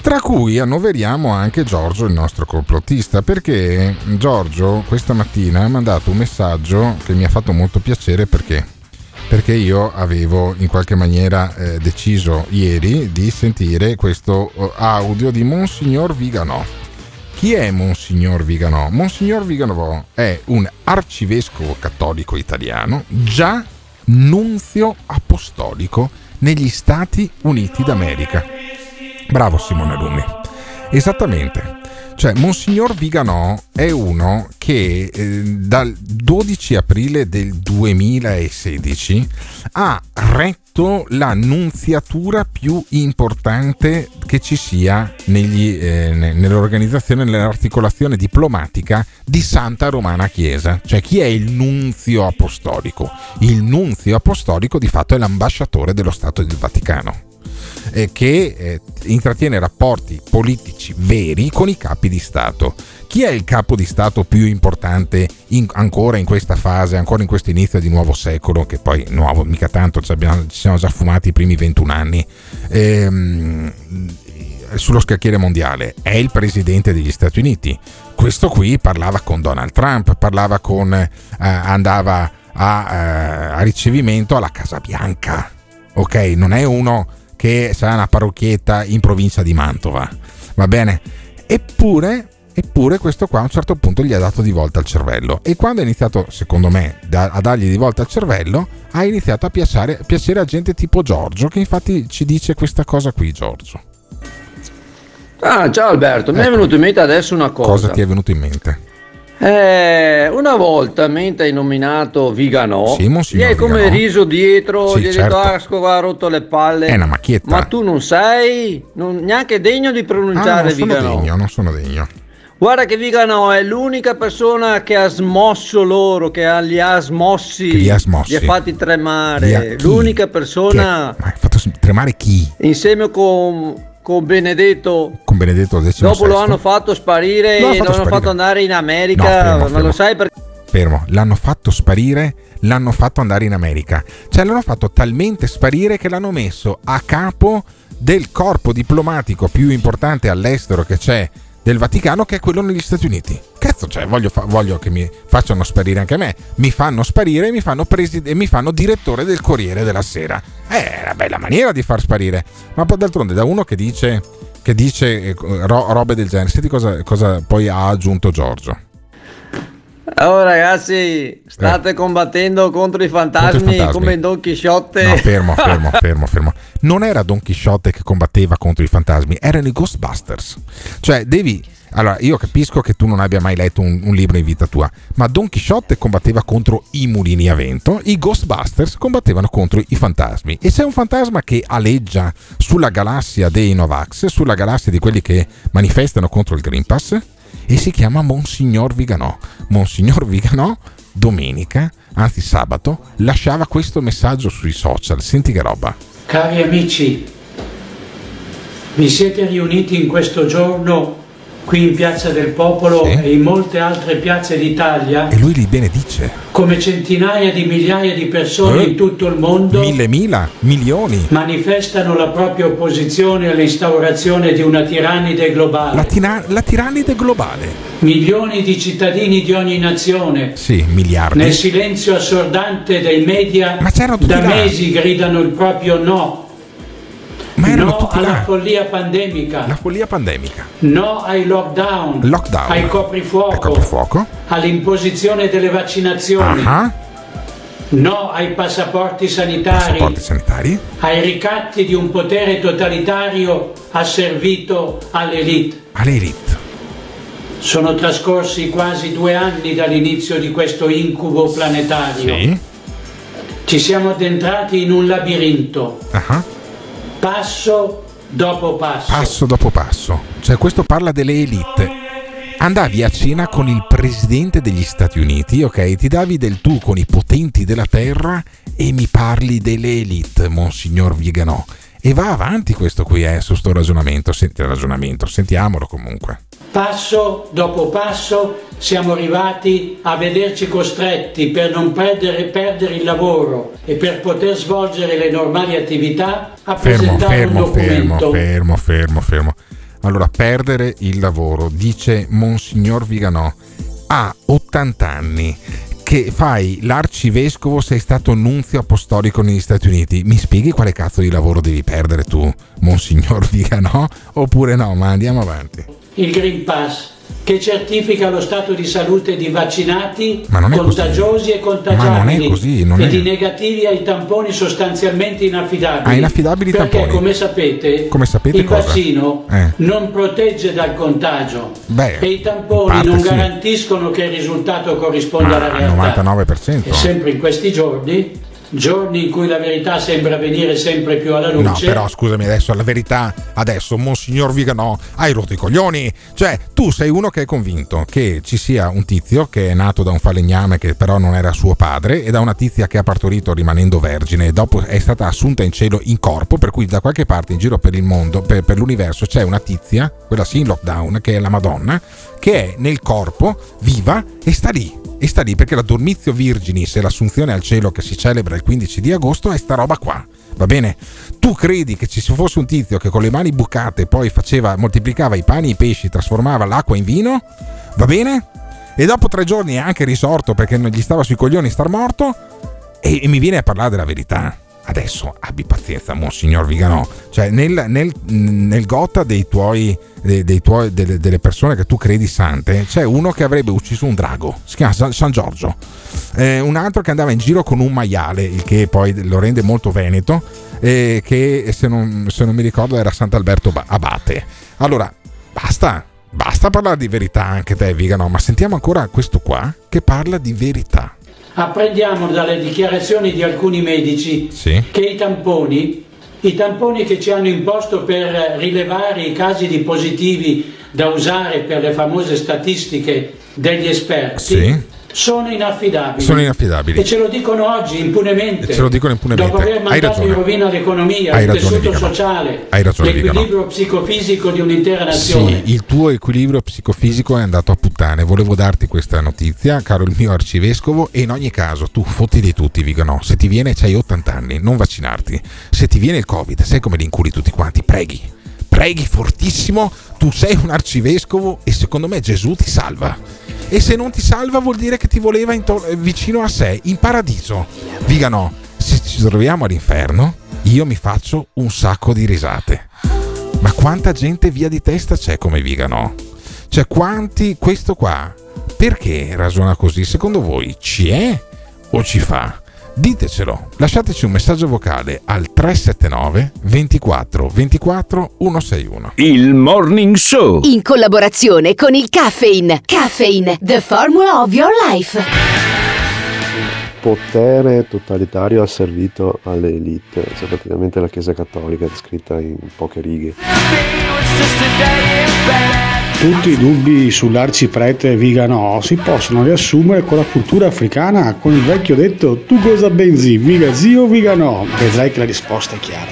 Tra cui annoveriamo anche Giorgio, il nostro complottista, perché Giorgio questa mattina ha mandato un messaggio che mi ha fatto molto piacere perché io avevo in qualche maniera deciso ieri di sentire questo audio di Monsignor Viganò. Chi è Monsignor Viganò? Monsignor Viganò è un arcivescovo cattolico italiano, già nunzio apostolico negli Stati Uniti d'America. Bravo Simone Alunni. Esattamente. Cioè, Monsignor Viganò è uno che dal 12 aprile del 2016 ha retto la nunziatura più importante che ci sia nell'organizzazione, nell'articolazione diplomatica di Santa Romana Chiesa. Cioè, chi è il nunzio apostolico? Il nunzio apostolico di fatto è l'ambasciatore dello Stato del Vaticano, che intrattiene rapporti politici veri con i capi di Stato. Chi è il capo di Stato più importante ancora in questa fase, ancora in questo inizio di nuovo secolo, che poi nuovo mica tanto, ci siamo già fumati i primi 21 anni sullo scacchiere mondiale? È il presidente degli Stati Uniti. Questo qui parlava con Donald Trump, andava a ricevimento alla Casa Bianca, ok? Non è uno che sarà una parrocchietta in provincia di Mantova, va bene? Eppure questo qua a un certo punto gli ha dato di volta al cervello, e quando ha iniziato, secondo me, a dargli di volta al cervello, ha iniziato a piacere a gente tipo Giorgio, che infatti ci dice questa cosa qui. Giorgio. Ciao Alberto, mi è venuto in mente adesso una cosa. Cosa ti è venuto in mente? Una volta, mentre hai nominato Viganò, gli hai come Viganò riso dietro, sì, gli hai certo. detto Ascova ha rotto le palle. È una macchietta. Ma tu non sei neanche degno di pronunciare Viganò. Non sono degno. Guarda che Viganò è l'unica persona che ha smosso loro, li ha smossi, li ha fatti tremare. L'unica persona. Ma hai fatto tremare chi? Insieme con Benedetto. Con Benedetto XVI. Dopo lo hanno fatto sparire, lo hanno fatto andare in America. No, fermo. Lo sai perché? Fermo, l'hanno fatto sparire, l'hanno fatto andare in America. Cioè l'hanno fatto talmente sparire che l'hanno messo a capo del corpo diplomatico più importante all'estero che c'è del Vaticano, che è quello negli Stati Uniti. Cazzo, cioè voglio che mi facciano sparire anche a me. Mi fanno sparire e mi fanno direttore del Corriere della Sera. È una bella maniera di far sparire. Ma poi d'altronde, da uno che dice robe del genere, senti cosa poi ha aggiunto Giorgio. Oh ragazzi, state combattendo contro i fantasmi come in Don Chisciotte. No, fermo. Non era Don Chisciotte che combatteva contro i fantasmi, erano i Ghostbusters. Cioè allora, io capisco che tu non abbia mai letto un libro in vita tua, ma Don Chisciotte combatteva contro i mulini a vento, i Ghostbusters combattevano contro i fantasmi. E c'è un fantasma che aleggia sulla galassia dei Novax, sulla galassia di quelli che manifestano contro il Green Pass, e si chiama Monsignor Viganò. Monsignor Viganò sabato lasciava questo messaggio sui social. Senti che roba. Cari amici, vi siete riuniti in questo giorno qui in Piazza del Popolo e in molte altre piazze d'Italia, e lui li benedice, come centinaia di migliaia di persone in tutto il mondo, milioni, manifestano la propria opposizione all'instaurazione di una tirannide globale. La tirannide globale. Milioni di cittadini di ogni nazione, miliardi, nel silenzio assordante dei media, da mesi gridano il proprio no. No alla follia pandemica. La follia pandemica. No ai lockdown. Ai coprifuoco. All'imposizione delle vaccinazioni. No ai passaporti sanitari. Ai ricatti di un potere totalitario asservito all'elite. Sono trascorsi quasi 2 anni dall'inizio di questo incubo planetario. Ci siamo addentrati in un labirinto. Passo dopo passo. Cioè, questo parla delle elite. Andavi a cena con il presidente degli Stati Uniti, ok? Ti davi del tu con i potenti della terra e mi parli delle elite, Monsignor Viganò. E va avanti questo qui, su sto ragionamento. Sentiamolo comunque. Passo dopo passo siamo arrivati a vederci costretti, per non perdere il lavoro e per poter svolgere le normali attività, a presentare un documento. Fermo. Allora, perdere il lavoro, dice Monsignor Viganò, a 80 anni, che fai l'arcivescovo, sei stato nunzio apostolico negli Stati Uniti. Mi spieghi quale cazzo di lavoro devi perdere tu, Monsignor Viganò? Oppure no? Ma andiamo avanti. Il Green Pass, che certifica lo stato di salute di vaccinati, così. contagiosi e contagiabili, Ma non è così, non e è. di negativi ai tamponi sostanzialmente inaffidabili. Inaffidabili perché tamponi. come sapete il cosa? vaccino non protegge dal contagio. Beh, e i tamponi non garantiscono che il risultato corrisponda alla realtà. 99%. E sempre in questi giorni in cui la verità sembra venire sempre più alla luce. No, però scusami, adesso la verità, adesso Monsignor Viganò, hai rotto i coglioni. Cioè, tu sei uno che è convinto che ci sia un tizio che è nato da un falegname che però non era suo padre, e da una tizia che ha partorito rimanendo vergine e dopo è stata assunta in cielo in corpo, per cui da qualche parte in giro per il mondo, per l'universo, c'è una tizia, quella sì in lockdown, che è la Madonna, che è nel corpo, viva, e sta lì perché la Dormitio Virginis e l'assunzione al cielo che si celebra il 15 di agosto è sta roba qua, va bene? Tu credi che ci fosse un tizio che con le mani bucate poi moltiplicava i pani e i pesci, trasformava l'acqua in vino, va bene? E dopo 3 giorni è anche risorto perché non gli stava sui coglioni star morto, e mi viene a parlare della verità. Adesso abbi pazienza, Monsignor Viganò. Cioè nel Gotha delle persone che tu credi sante c'è uno che avrebbe ucciso un drago, si chiama San Giorgio, un altro che andava in giro con un maiale, il che poi lo rende molto veneto, che se non mi ricordo era Sant'Alberto Abate. Allora basta parlare di verità anche te, Viganò, ma sentiamo ancora questo qua che parla di verità. Apprendiamo dalle dichiarazioni di alcuni medici che i tamponi che ci hanno imposto per rilevare i casi di positivi da usare per le famose statistiche degli esperti sono inaffidabili. E ce lo dicono oggi impunemente. Dopo aver mandato in rovina l'economia, il tessuto sociale, l'equilibrio psicofisico di un'intera nazione. Sì, il tuo equilibrio psicofisico è andato a puttane. Volevo darti questa notizia, caro il mio arcivescovo, e in ogni caso tu fotti di tutti, Viganò. Se ti viene, c'hai 80 anni, non vaccinarti. Se ti viene il Covid, sai come li inculi tutti quanti? Preghi fortissimo, tu sei un arcivescovo e secondo me Gesù ti salva. E se non ti salva vuol dire che ti voleva vicino a sé, in paradiso. Viganò, se ci troviamo all'inferno, io mi faccio un sacco di risate. Ma quanta gente via di testa c'è come Viganò? Cioè quanti, questo qua, perché ragiona così? Secondo voi ci è o ci fa? Ditecelo, lasciateci un messaggio vocale al 379 24 24 161. Il Morning Show, in collaborazione con il Caffeine. Caffeine, the formula of your life. Il potere totalitario asservito alle elite, cioè praticamente la Chiesa Cattolica scritta in poche righe. Tutti i dubbi sull'arciprete Viganò si possono riassumere con la cultura africana, con il vecchio detto "tu cosa benzi, Viga zio Viganò". Vedrai che la risposta è chiara.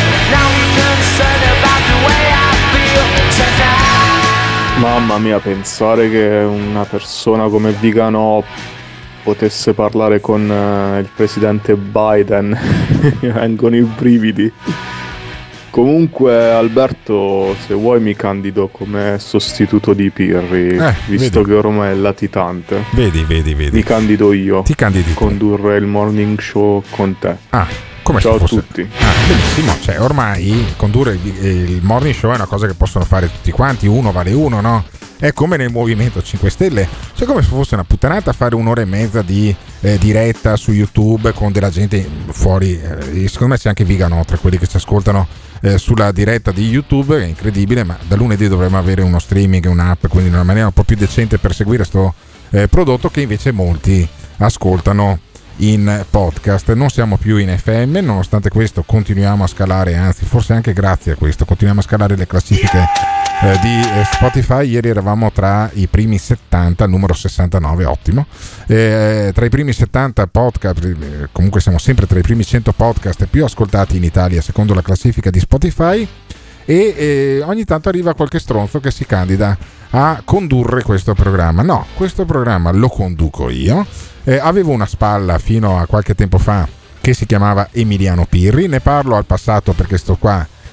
Mamma mia, pensare che una persona come Viganò potesse parlare con il presidente Biden mi vengono i brividi. Comunque Alberto, se vuoi mi candido come sostituto di Pirri, visto che ormai è latitante. Vedi. Mi candido io. Ti candidi condurre il morning show con te. Come ciao se fosse... a tutti. Benissimo, cioè ormai condurre il morning show è una cosa che possono fare tutti quanti, uno vale uno, no? È come nel Movimento 5 Stelle, cioè come se fosse una puttanata fare un'ora e mezza di diretta su YouTube con della gente fuori. Secondo me c'è anche Viganò tra quelli che ci ascoltano sulla diretta di YouTube, è incredibile, ma da lunedì dovremmo avere uno streaming, un'app, quindi una maniera un po' più decente per seguire questo prodotto che invece molti ascoltano in podcast. Non siamo più in FM, nonostante questo continuiamo a scalare, anzi forse anche grazie a questo continuiamo a scalare le classifiche di Spotify. Ieri eravamo tra i primi 70, il numero 69, ottimo, tra i primi 70 podcast, comunque siamo sempre tra i primi 100 podcast più ascoltati in Italia secondo la classifica di Spotify, e ogni tanto arriva qualche stronzo che si candida a condurre questo programma. No, questo programma lo conduco io. Avevo una spalla fino a qualche tempo fa che si chiamava Emiliano Pirri, ne parlo al passato perché sto qua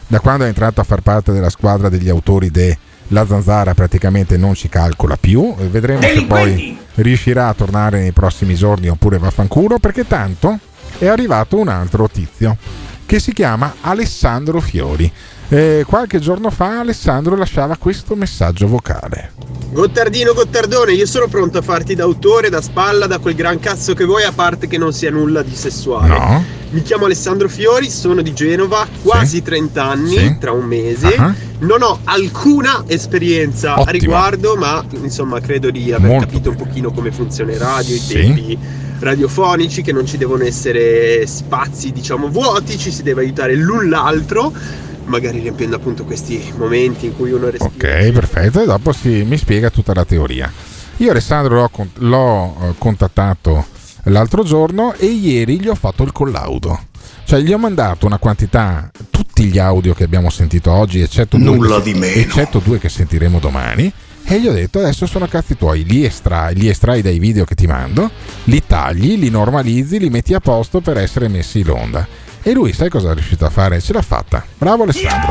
da quando è entrato a far parte della squadra degli autori La Zanzara praticamente non ci calcola più, vedremo se poi riuscirà a tornare nei prossimi giorni oppure vaffanculo, perché tanto è arrivato un altro tizio che si chiama Alessandro Fiori. Qualche giorno fa Alessandro lasciava questo messaggio vocale. Gottardone, io sono pronto a farti da autore, da spalla, da quel gran cazzo che vuoi, a parte che non sia nulla di sessuale. No. Mi chiamo Alessandro Fiori, sono di Genova, quasi 30 anni, tra un mese. Non ho alcuna esperienza a riguardo, ma insomma credo di aver capito un pochino come funziona il radio, i tempi radiofonici, che non ci devono essere spazi diciamo vuoti, ci si deve aiutare l'un l'altro, magari riempiendo appunto questi momenti in cui uno respira. Ok, perfetto, e dopo mi spiega tutta la teoria. Io Alessandro l'ho contattato l'altro giorno e ieri gli ho fatto il collaudo, cioè gli ho mandato una quantità, tutti gli audio che abbiamo sentito oggi eccetto due che sentiremo domani, e gli ho detto adesso sono cazzi tuoi, li estrai dai video che ti mando, li tagli, li normalizzi, li metti a posto per essere messi in onda. E lui sai cosa è riuscito a fare? Ce l'ha fatta. Bravo Alessandro.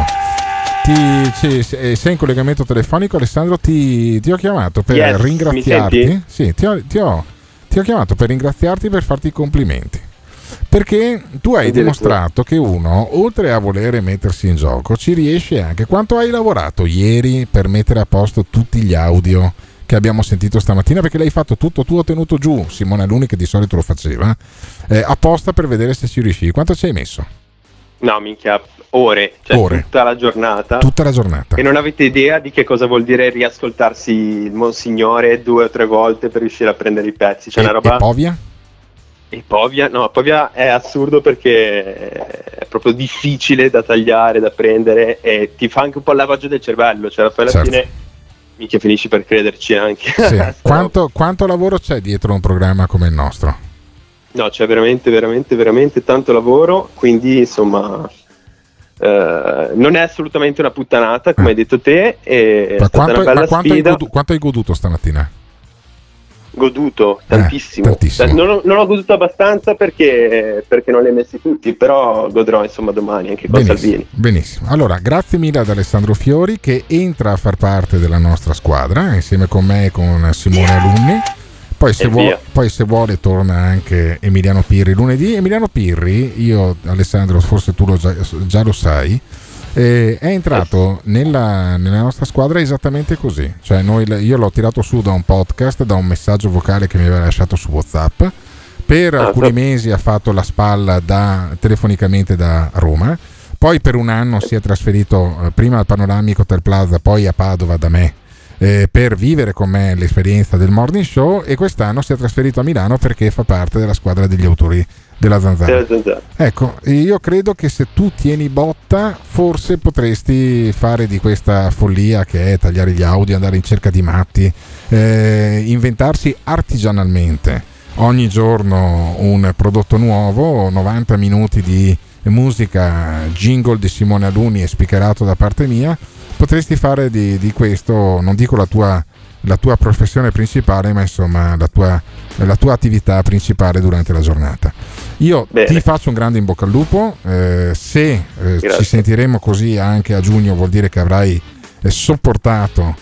Sei in collegamento telefonico, Alessandro? Ti ho chiamato per ringraziarti. Sì, ti ho chiamato per ringraziarti, per farti i complimenti. Perché tu hai dimostrato che uno, oltre a volere mettersi in gioco, ci riesce anche. Quanto hai lavorato ieri per mettere a posto tutti gli audio che abbiamo sentito stamattina? Perché l'hai fatto tutto, tu ho tenuto giù Simone Alunni, che di solito lo faceva, apposta per vedere se ci riuscivi. Quanto ci hai messo? No, minchia, ore. Tutta la giornata. E non avete idea di che cosa vuol dire riascoltarsi il Monsignore 2 o 3 volte per riuscire a prendere i pezzi. C'è una roba. E Povia? E Povia? No, Povia è assurdo perché è proprio difficile da tagliare, da prendere, e ti fa anche un po' il lavaggio del cervello, cioè poi alla fine minchia finisci per crederci anche. Sì. Quanto lavoro c'è dietro un programma come il nostro? No, c'è veramente tanto lavoro, quindi insomma non è assolutamente una puttanata come hai detto te, è stata una bella sfida. Quanto hai goduto stamattina? Goduto tantissimo. Non ho goduto abbastanza perché non li hai messi tutti, però godrò insomma domani anche con Salvini. Benissimo, allora grazie mille ad Alessandro Fiori, che entra a far parte della nostra squadra insieme con me e con Simone Alunni. Poi se vuole torna anche Emiliano Pirri lunedì. Emiliano Pirri, io Alessandro forse tu già lo sai, è entrato nella nostra squadra esattamente così, cioè io l'ho tirato su da un podcast, da un messaggio vocale che mi aveva lasciato su WhatsApp. Per alcuni mesi ha fatto la spalla telefonicamente da Roma, poi per un anno si è trasferito prima al Panoramico Hotel Plaza, poi a Padova da me, per vivere con me l'esperienza del Morning Show, e quest'anno si è trasferito a Milano perché fa parte della squadra degli autori della Zanzara. Ecco, io credo che se tu tieni botta forse potresti fare di questa follia che è tagliare gli audio, andare in cerca di matti, inventarsi artigianalmente ogni giorno un prodotto nuovo, 90 minuti di musica, jingle di Simone Alunni e speakerato da parte mia. Potresti fare di questo, non dico la tua professione principale, ma insomma la tua attività principale durante la giornata. Io ti faccio un grande in bocca al lupo, se ci sentiremo così anche a giugno vuol dire che avrai sopportato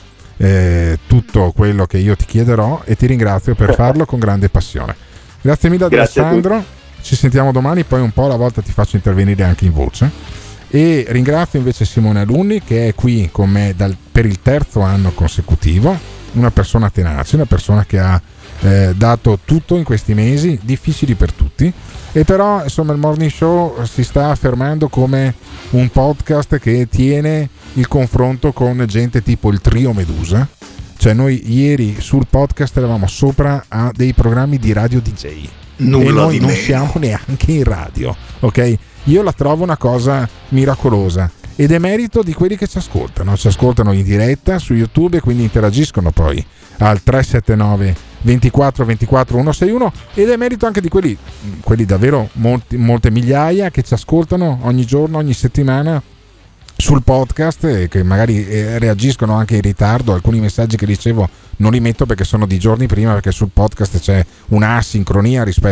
tutto quello che io ti chiederò, e ti ringrazio per farlo con grande passione. Grazie mille ad Alessandro, ci sentiamo domani, poi un po' alla volta ti faccio intervenire anche in voce. E ringrazio invece Simone Alunni, che è qui con me per il 3° anno consecutivo, una persona tenace, una persona che ha dato tutto in questi mesi difficili per tutti, e però insomma il Morning Show si sta affermando come un podcast che tiene il confronto con gente tipo il Trio Medusa. Cioè noi ieri sul podcast eravamo sopra a dei programmi di radio DJ e noi non siamo neanche in radio, ok? Io la trovo una cosa miracolosa, ed è merito di quelli che ci ascoltano in diretta su YouTube, e quindi interagiscono poi al 379 24 24 161, ed è merito anche di quelli davvero molte migliaia che ci ascoltano ogni giorno, ogni settimana sul podcast, e che magari reagiscono anche in ritardo. Alcuni messaggi che ricevo non li metto perché sono di giorni prima, perché sul podcast c'è una asincronia rispetto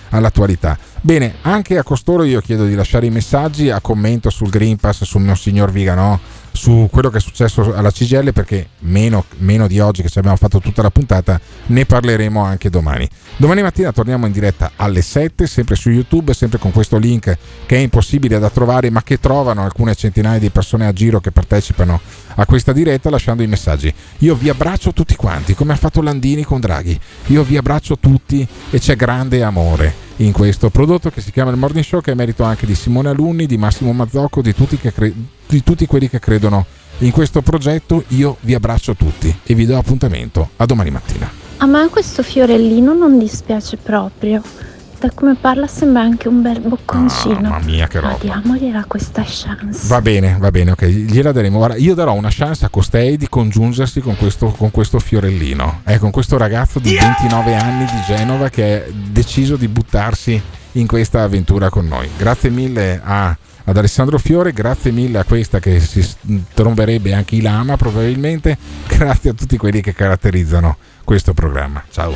all'attualità. Bene, anche a costoro io chiedo di lasciare i messaggi a commento sul Green Pass, sul Monsignor Viganò, su quello che è successo alla CGIL, perché meno di oggi che ci abbiamo fatto tutta la puntata, ne parleremo anche domani. Domani mattina torniamo in diretta alle 7, sempre su YouTube, sempre con questo link che è impossibile da trovare, ma che trovano alcune centinaia di persone a giro che partecipano a questa diretta lasciando i messaggi. Io vi abbraccio tutti quanti, come ha fatto Landini con Draghi. Io vi abbraccio tutti e c'è grande amore in questo prodotto che si chiama il Morning Show, che è merito anche di Simone Alunni, di Massimo Mazzocco, di tutti quelli che credono in questo progetto. Io vi abbraccio tutti e vi do appuntamento a domani mattina. A me questo fiorellino non dispiace proprio. Da come parla sembra anche un bel bocconcino. Mamma mia, che roba. Diamogliela questa chance. Va bene, ok, gliela daremo. Guarda, io darò una chance a costei di congiungersi con questo fiorellino, con questo ragazzo di 29 anni di Genova che è deciso di buttarsi in questa avventura con noi. Grazie mille ad Alessandro Fiore, grazie mille a questa che si tromberebbe anche i lama probabilmente, grazie a tutti quelli che caratterizzano questo programma. Ciao.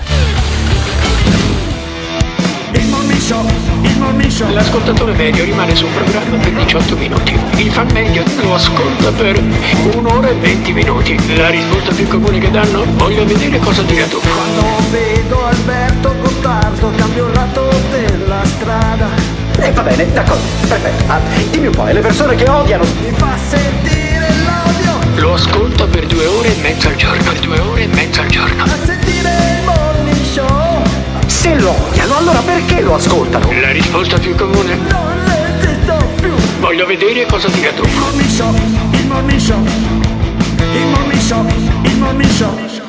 Il Morning Show. L'ascoltatore medio rimane sul programma per 18 minuti. Il fan medio lo ascolta per 1 ora e 20 minuti. La risposta più comune che danno: voglio vedere cosa dirà tu. Quando vedo Alberto Gottardo cambio il lato della strada. Va bene, d'accordo, perfetto. Dimmi un po', le persone che odiano mi fa sentire l'odio. Lo ascolta per 2 ore e mezza al giorno. A sentire il Morning Show. Se lo odiano, allora perché lo ascoltano? La risposta più comune: non esisto più. Voglio vedere cosa dirà tu. Il Morning Show.